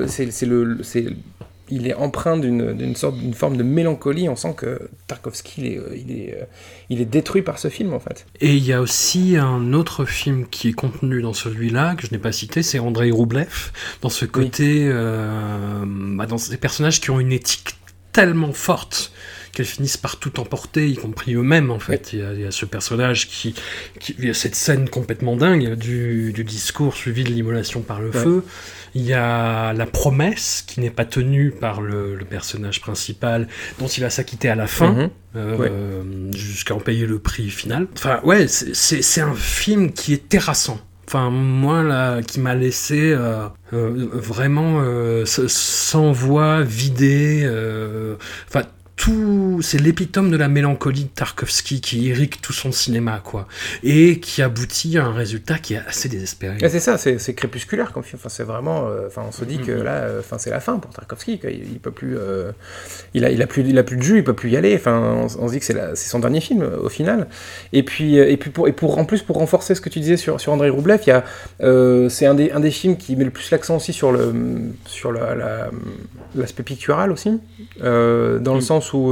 il est empreint d'une forme de mélancolie. On sent que Tarkovsky, il est détruit par ce film, en fait. Et il y a aussi un autre film qui est contenu dans celui-là, que je n'ai pas cité, c'est Andreï Roublev, dans ce côté, dans ces personnages qui ont une éthique tellement forte qu'elles finissent par tout emporter, y compris eux-mêmes, en fait. Il y a ce personnage il y a cette scène complètement dingue du discours suivi de l'immolation par le feu. Il y a la promesse qui n'est pas tenue par le personnage principal, dont il va s'acquitter à la fin, jusqu'à en payer le prix final. Enfin, c'est un film qui est terrassant. Enfin, moi, là, qui m'a laissé vraiment sans voix, vidé. c'est l'épitome de la mélancolie de Tarkovsky qui irrigue tout son cinéma, quoi, et qui aboutit à un résultat qui est assez désespéré. Et c'est ça, c'est crépusculaire comme film. Enfin, c'est vraiment, on se dit que là, c'est la fin pour Tarkovsky. Quoi. Il peut plus, il a plus de jus, il peut plus y aller. Enfin, on se dit que c'est son dernier film au final. Et puis en plus pour renforcer ce que tu disais sur Andrei Roublev, il y a, c'est un des films qui met le plus l'accent aussi sur l'aspect pictural aussi, dans le sens où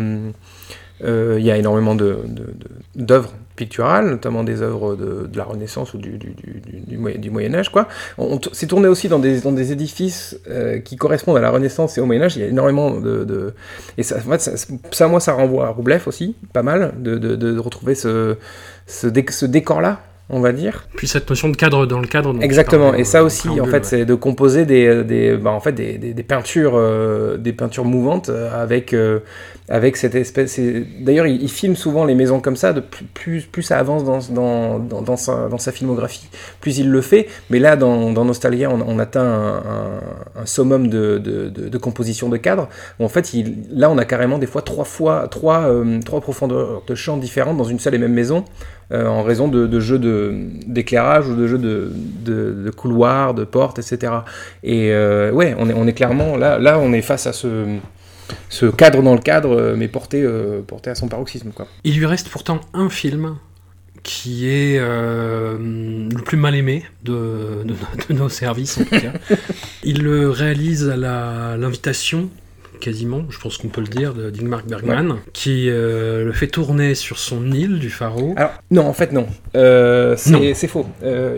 il y a énormément d'œuvres picturales, notamment des œuvres de la Renaissance ou du Moyen-Âge, quoi. C'est tourné aussi dans des édifices qui correspondent à la Renaissance et au Moyen-Âge. Il y a énormément et ça, en fait, ça, moi, ça renvoie à Roublev aussi, pas mal, de retrouver ce décor-là, on va dire. Puis cette notion de cadre dans le cadre. Exactement, et ça aussi, en fait, c'est de composer des peintures mouvantes avec cette espèce. D'ailleurs, il filme souvent les maisons comme ça. Plus ça avance dans sa filmographie, plus il le fait. Mais là, dans Nostalgia, on atteint un summum de composition de cadres. Où en fait, là, on a carrément des fois trois profondeurs de champ différentes dans une seule et même maison. En raison de jeux d'éclairage ou de jeux de couloirs, de portes, etc. Et on est clairement là on est face à ce cadre dans le cadre, mais porté à son paroxysme, quoi. Il lui reste pourtant un film qui est le plus mal aimé de nos services, en tout cas. Il le réalise à l'invitation, quasiment, je pense qu'on peut le dire, d'Ingmar Bergman, qui le fait tourner sur son île du Faro. Alors, non, en fait, non. C'est faux.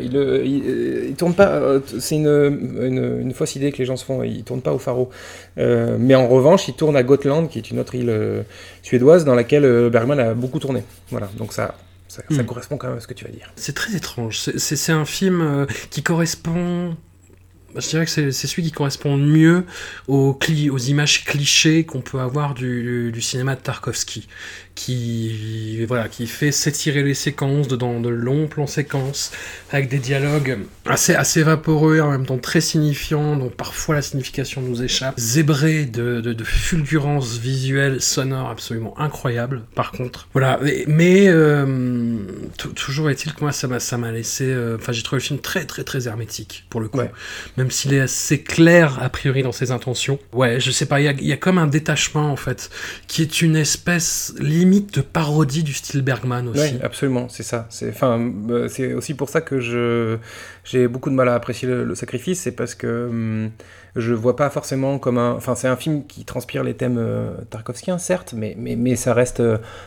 Il tourne pas... c'est une fausse idée que les gens se font. Il tourne pas au Faro. Mais en revanche, il tourne à Gotland, qui est une autre île suédoise dans laquelle Bergman a beaucoup tourné. Voilà, donc ça correspond quand même à ce que tu vas dire. C'est très étrange. C'est un film qui correspond... Je dirais que c'est celui qui correspond mieux aux images clichés qu'on peut avoir du cinéma de Tarkovsky, qui fait s'étirer les séquences dans de longs plans séquences, avec des dialogues assez vaporeux, en même temps très signifiants, dont parfois la signification nous échappe, zébrés de fulgurances visuelles, sonores absolument incroyables, par contre. Voilà, mais toujours est-il que moi, ça m'a laissé... j'ai trouvé le film très, très, très hermétique, pour le coup. Ouais. Même s'il est assez clair, a priori, dans ses intentions. Ouais, je sais pas, il y a comme un détachement, en fait, qui est une espèce limite de parodie du style Bergman aussi. Oui, absolument, c'est ça. C'est aussi pour ça que j'ai beaucoup de mal à apprécier le sacrifice, c'est parce que je vois pas forcément comme c'est un film qui transpire les thèmes tarkovskiens, certes, mais ça reste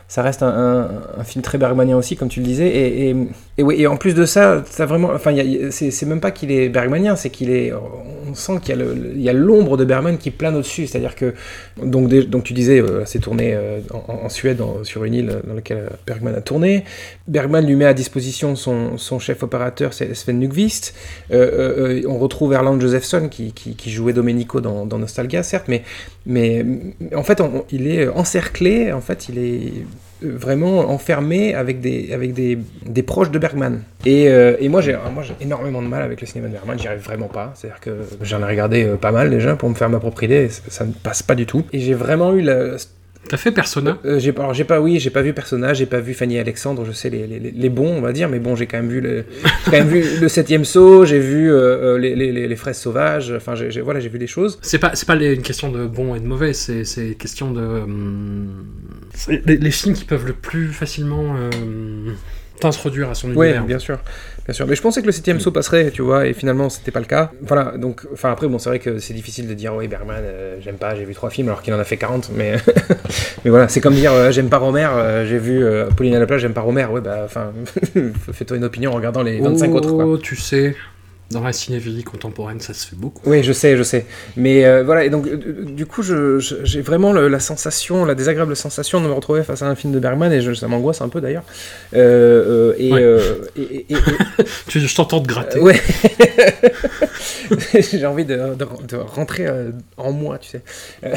un film très bergmanien aussi, comme tu le disais, et en plus de ça vraiment, c'est même pas qu'il est bergmanien, c'est on sent qu'il y a l'ombre de Bergman qui plane au-dessus, c'est-à-dire que donc tu disais, c'est tourné en Suède, sur une île dans laquelle Bergman a tourné. Bergman lui met à disposition son chef opérateur, c'est Sven Nykvist. On retrouve Erland Josephson qui jouait Domenico dans Nostalgia, certes, mais en fait il est encerclé, en fait il est vraiment enfermé avec des proches de Bergman. Et moi j'ai énormément de mal avec le cinéma de Bergman, j'y arrive vraiment pas. C'est-à-dire que j'en ai regardé pas mal déjà pour me faire ma propre idée, ça ne passe pas du tout. Et j'ai vraiment eu T'as fait Persona ? J'ai pas vu Persona, j'ai pas vu Fanny et Alexandre, je sais les bons, on va dire, mais bon, j'ai quand même vu le 7e saut, j'ai vu les fraises sauvages, enfin j'ai vu des choses. C'est pas une question de bon et de mauvais, c'est une question de les films qui peuvent le plus facilement t'introduire à son univers. Oui, bien sûr. Mais je pensais que le 7e saut passerait, tu vois, et finalement c'était pas le cas. Voilà, donc, après, bon, c'est vrai que c'est difficile de dire, oui, Bergman, j'aime pas, j'ai vu 3 films, alors qu'il en a fait 40, mais voilà, c'est comme dire, j'aime pas Romer, j'ai vu Pauline à la plage, j'aime pas Romer, ouais, fais-toi une opinion en regardant les 25 autres, quoi. Tu sais... Dans la cinéville contemporaine, ça se fait beaucoup. Oui, je sais. Mais voilà, et donc, du coup, j'ai vraiment la sensation, la désagréable sensation de me retrouver face à un film de Bergman, et ça m'angoisse un peu d'ailleurs. Je t'entends te gratter. Ouais. J'ai envie de rentrer en moi, tu sais.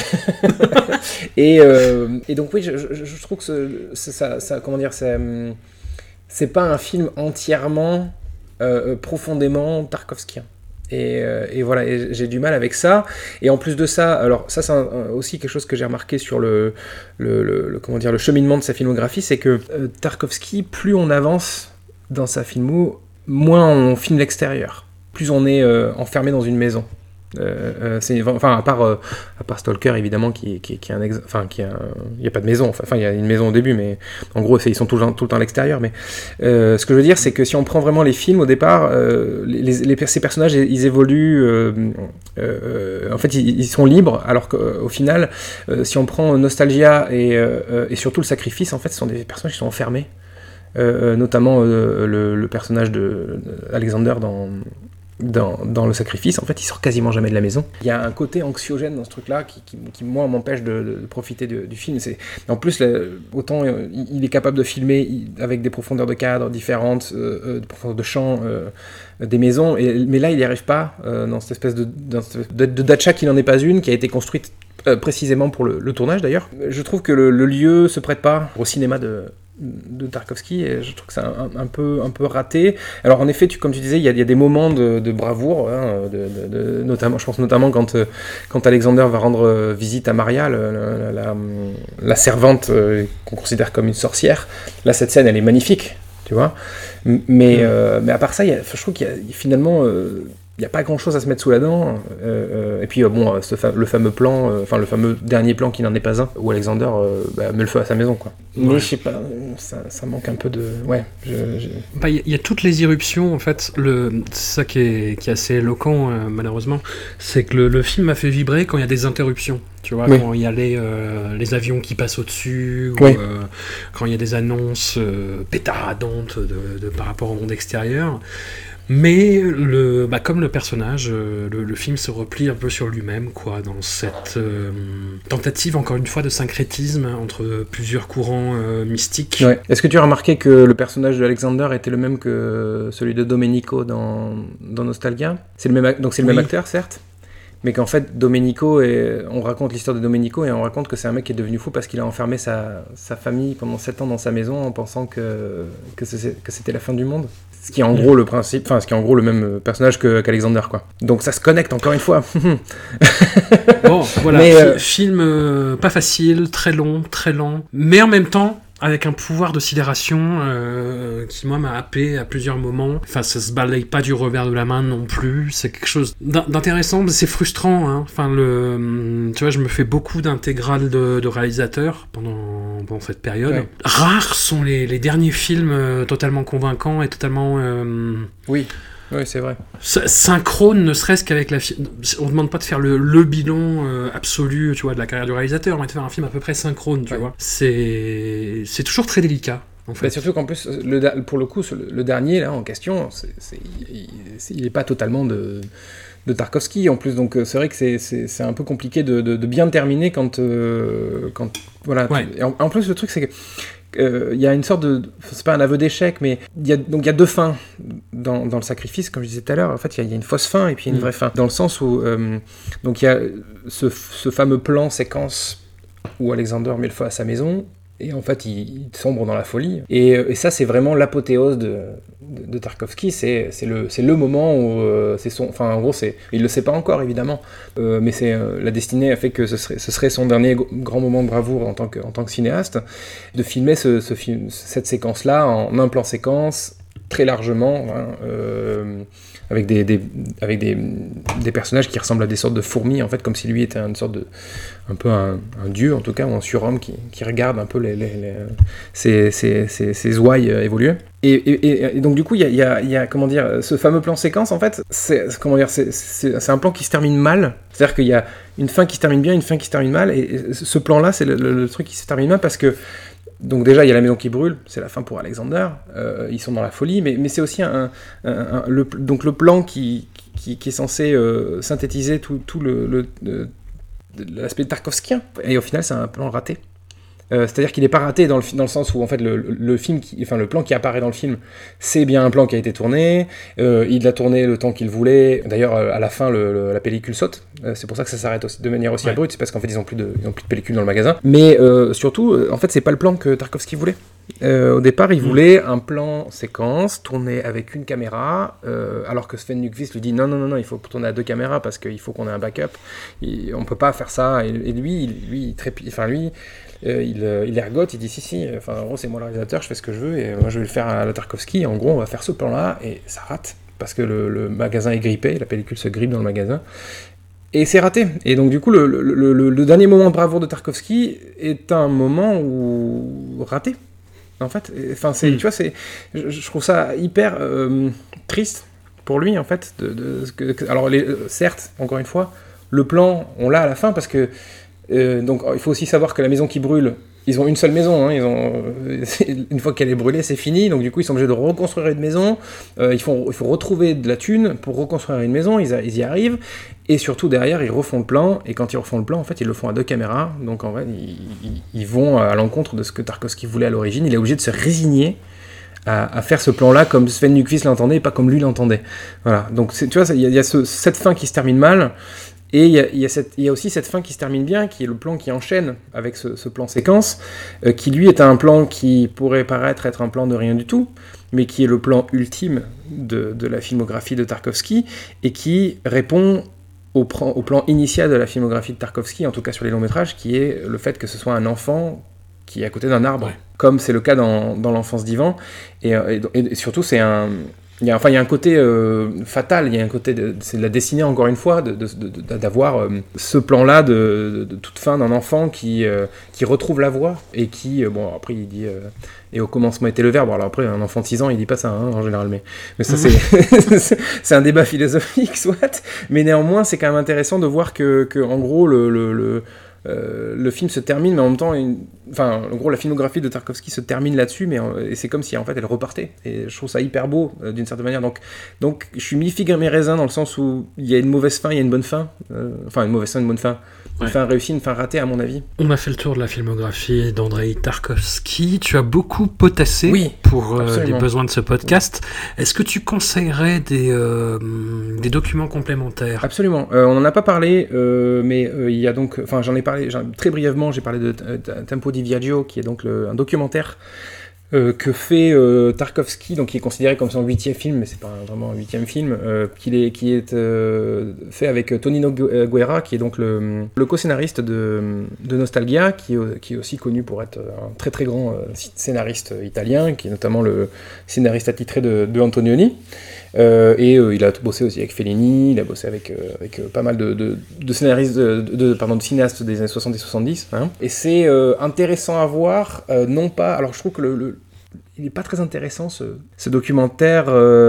Et donc, oui, je trouve que ça comment dire, c'est pas un film entièrement... profondément tarkovskien. Et voilà, et j'ai du mal avec ça. Et en plus de ça, alors ça c'est aussi quelque chose que j'ai remarqué sur le cheminement de sa filmographie, c'est que Tarkovsky, plus on avance dans sa filmo, moins on filme l'extérieur, plus on est enfermé dans une maison. À part Stalker évidemment qui est un il n'y a pas de maison, il y a une maison au début, mais en gros ils sont tout le temps à l'extérieur. Mais ce que je veux dire, c'est que si on prend vraiment les films au départ, ces personnages ils évoluent, en fait ils sont libres, alors qu'au final si on prend Nostalgia et surtout le Sacrifice, en fait ce sont des personnages qui sont enfermés, notamment le personnage de Alexander dans le Sacrifice, en fait, il sort quasiment jamais de la maison. Il y a un côté anxiogène dans ce truc-là qui moi, m'empêche de profiter du film. En plus, autant il est capable de filmer avec des profondeurs de cadre différentes, des profondeurs de champ, des maisons, mais là, il n'y arrive pas dans cette espèce de dacha qui n'en est pas une, qui a été construite précisément pour le tournage, d'ailleurs. Je trouve que le lieu se prête pas au cinéma de Tarkovsky, et je trouve que c'est un peu raté. Alors en effet, comme tu disais, il y a des moments de bravoure, hein, notamment, je pense notamment quand Alexander va rendre visite à Maria, la servante qu'on considère comme une sorcière. Là, cette scène, elle est magnifique, tu vois. Mais à part ça, je trouve qu'il y a finalement... il n'y a pas grand chose à se mettre sous la dent, et puis le fameux plan, le fameux dernier plan qui n'en est pas un, où Alexander met le feu à sa maison, quoi. Ouais. Mais je sais pas, ça manque un peu de... Ouais, il y a toutes les irruptions, en fait. C'est ça qui est assez éloquent, malheureusement, c'est que le film m'a fait vibrer quand il y a des interruptions, tu vois, oui. Quand il y a les avions qui passent au-dessus, oui. Ou quand il y a des annonces pétaradantes par rapport au monde extérieur. Mais comme le personnage, le film se replie un peu sur lui-même, quoi, dans cette tentative, encore une fois, de syncrétisme entre plusieurs courants mystiques. Ouais. Est-ce que tu as remarqué que le personnage de Alexander était le même que celui de Domenico dans Nostalgia ? C'est le même acteur, certes, mais qu'en fait, on raconte l'histoire de Domenico et on raconte que c'est un mec qui est devenu fou parce qu'il a enfermé sa famille pendant 7 ans dans sa maison en pensant que c'était la fin du monde. Ce qui est en gros le même personnage qu'Alexander, quoi. Donc ça se connecte encore une fois. Bon, voilà, film pas facile, très long, très lent, mais en même temps avec un pouvoir de sidération qui, moi, m'a happé à plusieurs moments. Enfin, ça se balaye pas du revers de la main non plus. C'est quelque chose d'intéressant, mais c'est frustrant, hein. Enfin, tu vois, je me fais beaucoup d'intégrales de réalisateurs pendant cette période. Ouais. Rares sont les derniers films totalement convaincants et totalement... Oui, c'est vrai. Synchrone, ne serait-ce qu'avec on ne demande pas de faire le bilan absolu, tu vois, de la carrière du réalisateur, mais de faire un film à peu près synchrone, tu vois. C'est toujours très délicat, en fait. Surtout qu'en plus, pour le coup, le dernier, là, en question, il n'est pas totalement de Tarkovsky, en plus, donc c'est vrai que c'est un peu compliqué de bien terminer quand voilà. Ouais. Et en plus, le truc, c'est que il y a une sorte de... C'est pas un aveu d'échec, mais il y a 2 fins dans le Sacrifice, comme je disais tout à l'heure. En fait, il y a une fausse fin et puis une vraie fin. Dans le sens où... donc il y a ce fameux plan séquence où Alexander met le feu à sa maison, et en fait, il sombre dans la folie. Et ça, c'est vraiment l'apothéose de Tarkovsky. C'est le moment où en gros, il le sait pas encore, évidemment. Mais la destinée a fait que ce serait son dernier grand moment de bravoure en tant que cinéaste, de filmer cette séquence-là en un plan séquence, très largement, hein, avec des personnages qui ressemblent à des sortes de fourmis, en fait, comme si lui était une sorte de... un peu un dieu, en tout cas, ou un surhomme qui regarde un peu ses ouailles évoluer. Et donc, du coup, il y a comment dire, ce fameux plan séquence, en fait, c'est un plan qui se termine mal. C'est-à-dire qu'il y a une fin qui se termine bien, une fin qui se termine mal, et ce plan-là, c'est le truc qui se termine mal parce que... Donc déjà, il y a la maison qui brûle, c'est la fin pour Alexander, ils sont dans la folie, mais c'est aussi le plan qui est censé synthétiser tout l'aspect tarkovskien, et au final, c'est un plan raté. C'est-à-dire qu'il n'est pas raté dans le sens où en fait le plan qui apparaît dans le film, c'est bien un plan qui a été tourné, il l'a tourné le temps qu'il voulait. D'ailleurs à la fin la pellicule saute, c'est pour ça que ça s'arrête aussi, de manière aussi abrupte, c'est parce qu'en fait ils ont plus de pellicule dans le magasin. Mais surtout en fait c'est pas le plan que Tarkovsky voulait. Au départ, il voulait un plan séquence tourné avec une caméra, alors que Sven Nykvist lui dit non, il faut tourner à 2 caméras parce qu'il faut qu'on ait un backup. On peut pas faire ça. Et lui, il trépide. Enfin, lui, il ergote. Il dit si. Enfin, en gros, c'est moi le réalisateur. Je fais ce que je veux et moi, je vais le faire à la Tarkovsky. En gros, on va faire ce plan-là et ça rate parce que le magasin est grippé. La pellicule se grippe dans le magasin. Et c'est raté. Et donc, du coup, le dernier moment de bravoure de Tarkovsky est un moment où raté. En fait, enfin, tu vois, je trouve ça hyper triste pour lui, en fait. Alors, certes, encore une fois, le plan, on l'a à la fin parce que donc, il faut aussi savoir que la maison qui brûle, ils ont une seule maison, hein, une fois qu'elle est brûlée, c'est fini, donc du coup ils sont obligés de reconstruire une maison, il faut retrouver de la thune pour reconstruire une maison, ils y arrivent, et surtout derrière ils refont le plan, et quand ils refont le plan, en fait ils le font à 2 caméras, donc en fait ils vont à l'encontre de ce que Tarkovsky voulait à l'origine, il est obligé de se résigner à faire ce plan-là comme Sven Nykvist l'entendait et pas comme lui l'entendait. Voilà, donc tu vois, il y a cette fin qui se termine mal. Et il y a aussi cette fin qui se termine bien, qui est le plan qui enchaîne avec ce plan séquence, qui lui est un plan qui pourrait paraître être un plan de rien du tout, mais qui est le plan ultime de la filmographie de Tarkovsky, et qui répond au plan initial de la filmographie de Tarkovsky, en tout cas sur les longs métrages, qui est le fait que ce soit un enfant qui est à côté d'un arbre, comme c'est le cas dans l'enfance d'Ivan, et surtout c'est un... Il y a un côté fatal, il y a un côté, c'est de la destinée encore une fois, d'avoir ce plan-là de toute fin d'un enfant qui retrouve la voix et qui, bon après il dit, et au commencement était le verbe, alors après un enfant de 6 ans il dit pas ça en général, mais ça c'est un débat philosophique soit, mais néanmoins c'est quand même intéressant de voir que en gros le film se termine, mais en même temps, en gros, la filmographie de Tarkovsky se termine là-dessus, et c'est comme si en fait elle repartait. Et je trouve ça hyper beau d'une certaine manière. Donc, je suis mi-figue mi-raisin dans le sens où il y a une mauvaise fin, il y a une bonne fin. Une mauvaise fin, une bonne fin. Une fin réussie, une fin ratée, à mon avis. On a fait le tour de la filmographie d'Andrei Tarkovsky. Tu as beaucoup potassé pour les besoins de ce podcast. Est-ce que tu conseillerais des documents complémentaires ? Absolument. On n'en a pas parlé, mais il y a donc... Enfin, j'en ai parlé très brièvement. J'ai parlé de Tempo di Viaggio, qui est donc un documentaire que fait Tarkovsky, donc qui est considéré comme son 8e film, mais c'est pas vraiment un 8e film, qui est fait avec Tonino Guerra, qui est donc le co-scénariste de Nostalgia, qui est aussi connu pour être un très très grand scénariste italien, qui est notamment le scénariste attitré de Antonioni. Il a bossé aussi avec Fellini, il a bossé avec pas mal de scénaristes, de cinéastes des années 70-70. Hein. Et c'est intéressant à voir, non pas... Alors je trouve que il n'est pas très intéressant ce documentaire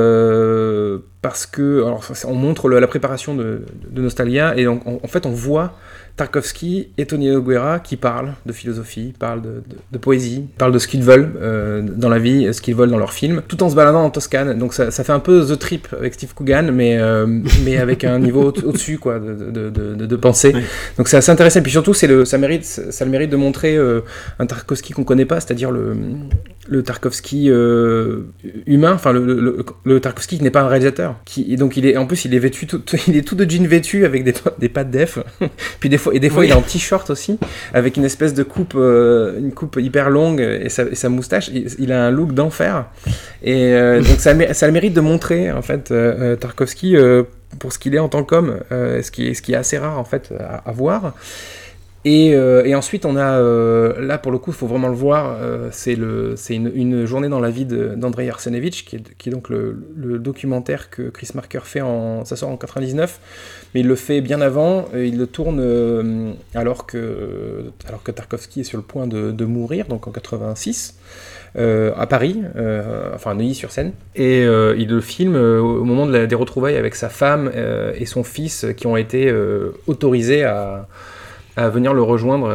parce que on montre la préparation de Nostalgia, et donc en fait on voit Tarkovsky et Tonino Guerra qui parlent de philosophie, parlent de poésie, parlent de ce qu'ils veulent dans la vie, ce qu'ils veulent dans leur film, tout en se baladant en Toscane. Donc ça fait un peu The Trip avec Steve Coogan, mais avec un niveau au-dessus quoi, de pensée. Oui. Donc c'est assez intéressant. Et puis surtout, ça a le mérite de montrer un Tarkovsky qu'on connaît pas, c'est-à-dire le Tarkovsky humain, enfin le Tarkovsky qui n'est pas un réalisateur. Donc il est vêtu, il est tout de jean vêtu avec des pattes def. Puis des fois il est en t-shirt aussi, avec une espèce de coupe, une coupe hyper longue et sa moustache. Il a un look d'enfer. Et donc ça a le mérite de montrer en fait Tarkovsky pour ce qu'il est en tant qu'homme, ce qui est assez rare en fait à voir. Et ensuite on a là pour le coup il faut vraiment le voir, c'est une journée dans la vie d'Andrei Arsenovitch qui est donc le documentaire que Chris Marker fait ça sort en 99, mais il le fait bien avant, il le tourne alors que Tarkovsky est sur le point de mourir, donc en 86 à Paris, à Neuilly-sur-Seine, et il le filme au moment des retrouvailles avec sa femme et son fils qui ont été autorisés à venir le rejoindre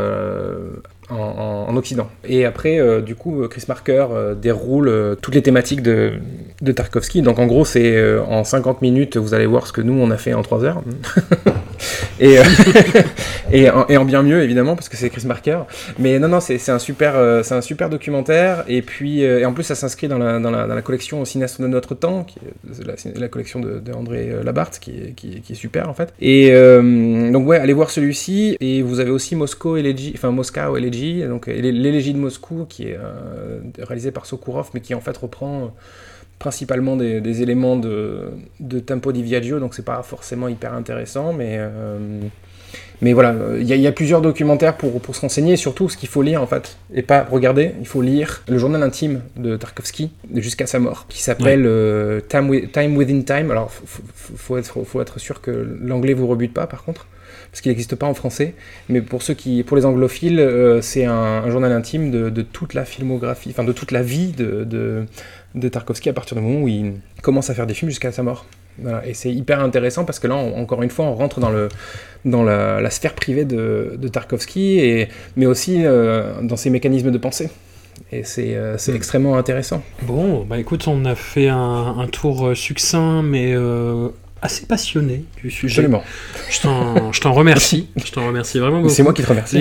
en Occident. Et après, du coup, Chris Marker déroule toutes les thématiques de Tarkovsky. Donc en gros, c'est en 50 minutes, vous allez voir ce que nous, on a fait en 3 heures. et, et en bien mieux évidemment parce que c'est Chris Marker. Mais non, c'est un super documentaire. Et puis et en plus ça s'inscrit dans la collection Cinéastes de notre temps, qui est la collection de André Labarthe, qui est super en fait. Et donc ouais, allez voir celui-ci. Et vous avez aussi Moscow Elegy, donc l'élégie de Moscou, qui est réalisé par Sokourov, mais qui en fait reprend principalement des éléments de Tempo di Viaggio, donc c'est pas forcément hyper intéressant, mais voilà, il y a plusieurs documentaires pour se renseigner, et surtout ce qu'il faut lire en fait, et pas regarder, il faut lire le journal intime de Tarkovsky jusqu'à sa mort, qui s'appelle Time Within Time. Alors faut être sûr que l'anglais vous rebute pas par contre, parce qu'il n'existe pas en français, mais pour les anglophiles, c'est un journal intime de toute la filmographie, enfin de toute la vie de Tarkovsky à partir du moment où il commence à faire des films jusqu'à sa mort. Voilà. Et c'est hyper intéressant parce que là, encore une fois, on rentre dans la sphère privée de Tarkovsky, mais aussi dans ses mécanismes de pensée. Et c'est extrêmement intéressant. Bon, bah écoute, on a fait un tour succinct, mais assez passionné du sujet. Absolument. Je t'en remercie. Je t'en remercie vraiment beaucoup. C'est moi qui te remercie.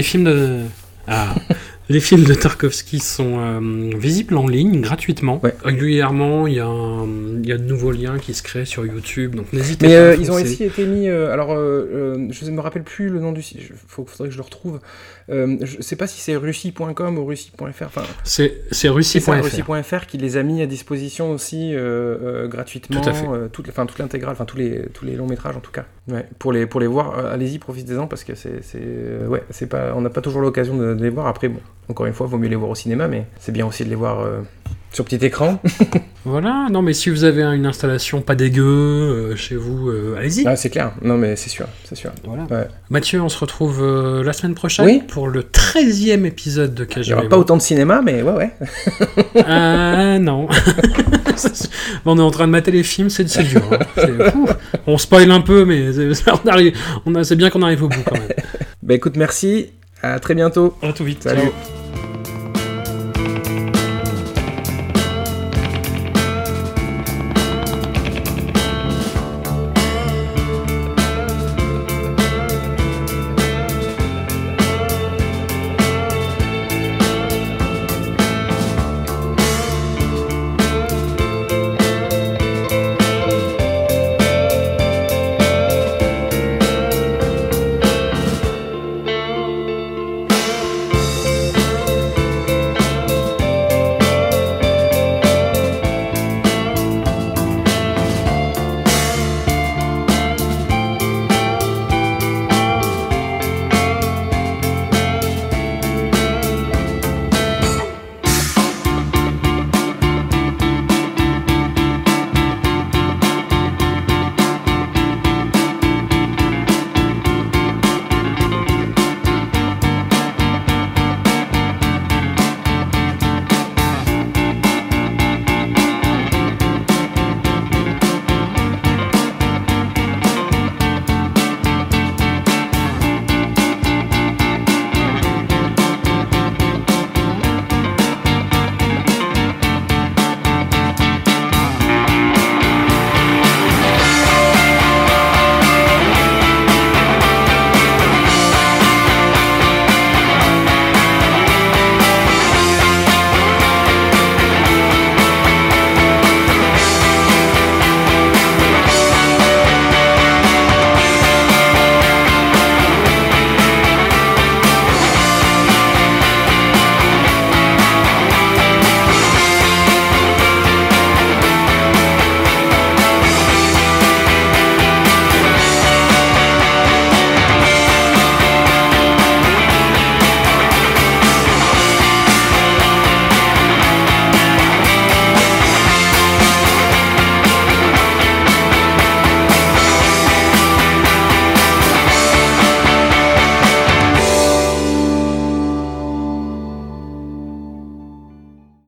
Les films de Tarkovsky sont visibles en ligne gratuitement. Ouais. Régulièrement, il y a de nouveaux liens qui se créent sur YouTube, donc n'hésitez pas. Mais ils ont aussi été mis. Je ne me rappelle plus le nom du site. Faudrait que je le retrouve. Je ne sais pas si c'est russie.com ou russie.fr. Enfin, c'est russie.fr. Russie.fr qui les a mis à disposition aussi gratuitement. Tout à fait. Toute l'intégrale, enfin tous les longs métrages en tout cas. Ouais. Pour les voir, allez-y, profitez-en parce que c'est pas, on n'a pas toujours l'occasion de les voir. Après, bon. Encore une fois, il vaut mieux les voir au cinéma, mais c'est bien aussi de les voir sur petit écran. Voilà, non mais si vous avez une installation pas dégueu chez vous, allez-y. Ah, c'est clair, non mais c'est sûr. Voilà. Ouais. Mathieu, on se retrouve la semaine prochaine pour le 13e épisode de KGV. Il n'y aura pas autant de cinéma, mais ouais. Non. On est en train de mater les films, c'est dur. Hein. On spoil un peu, mais c'est bien qu'on arrive au bout quand même. Bah écoute, merci. À très bientôt. À tout vite. Salut. Ciao.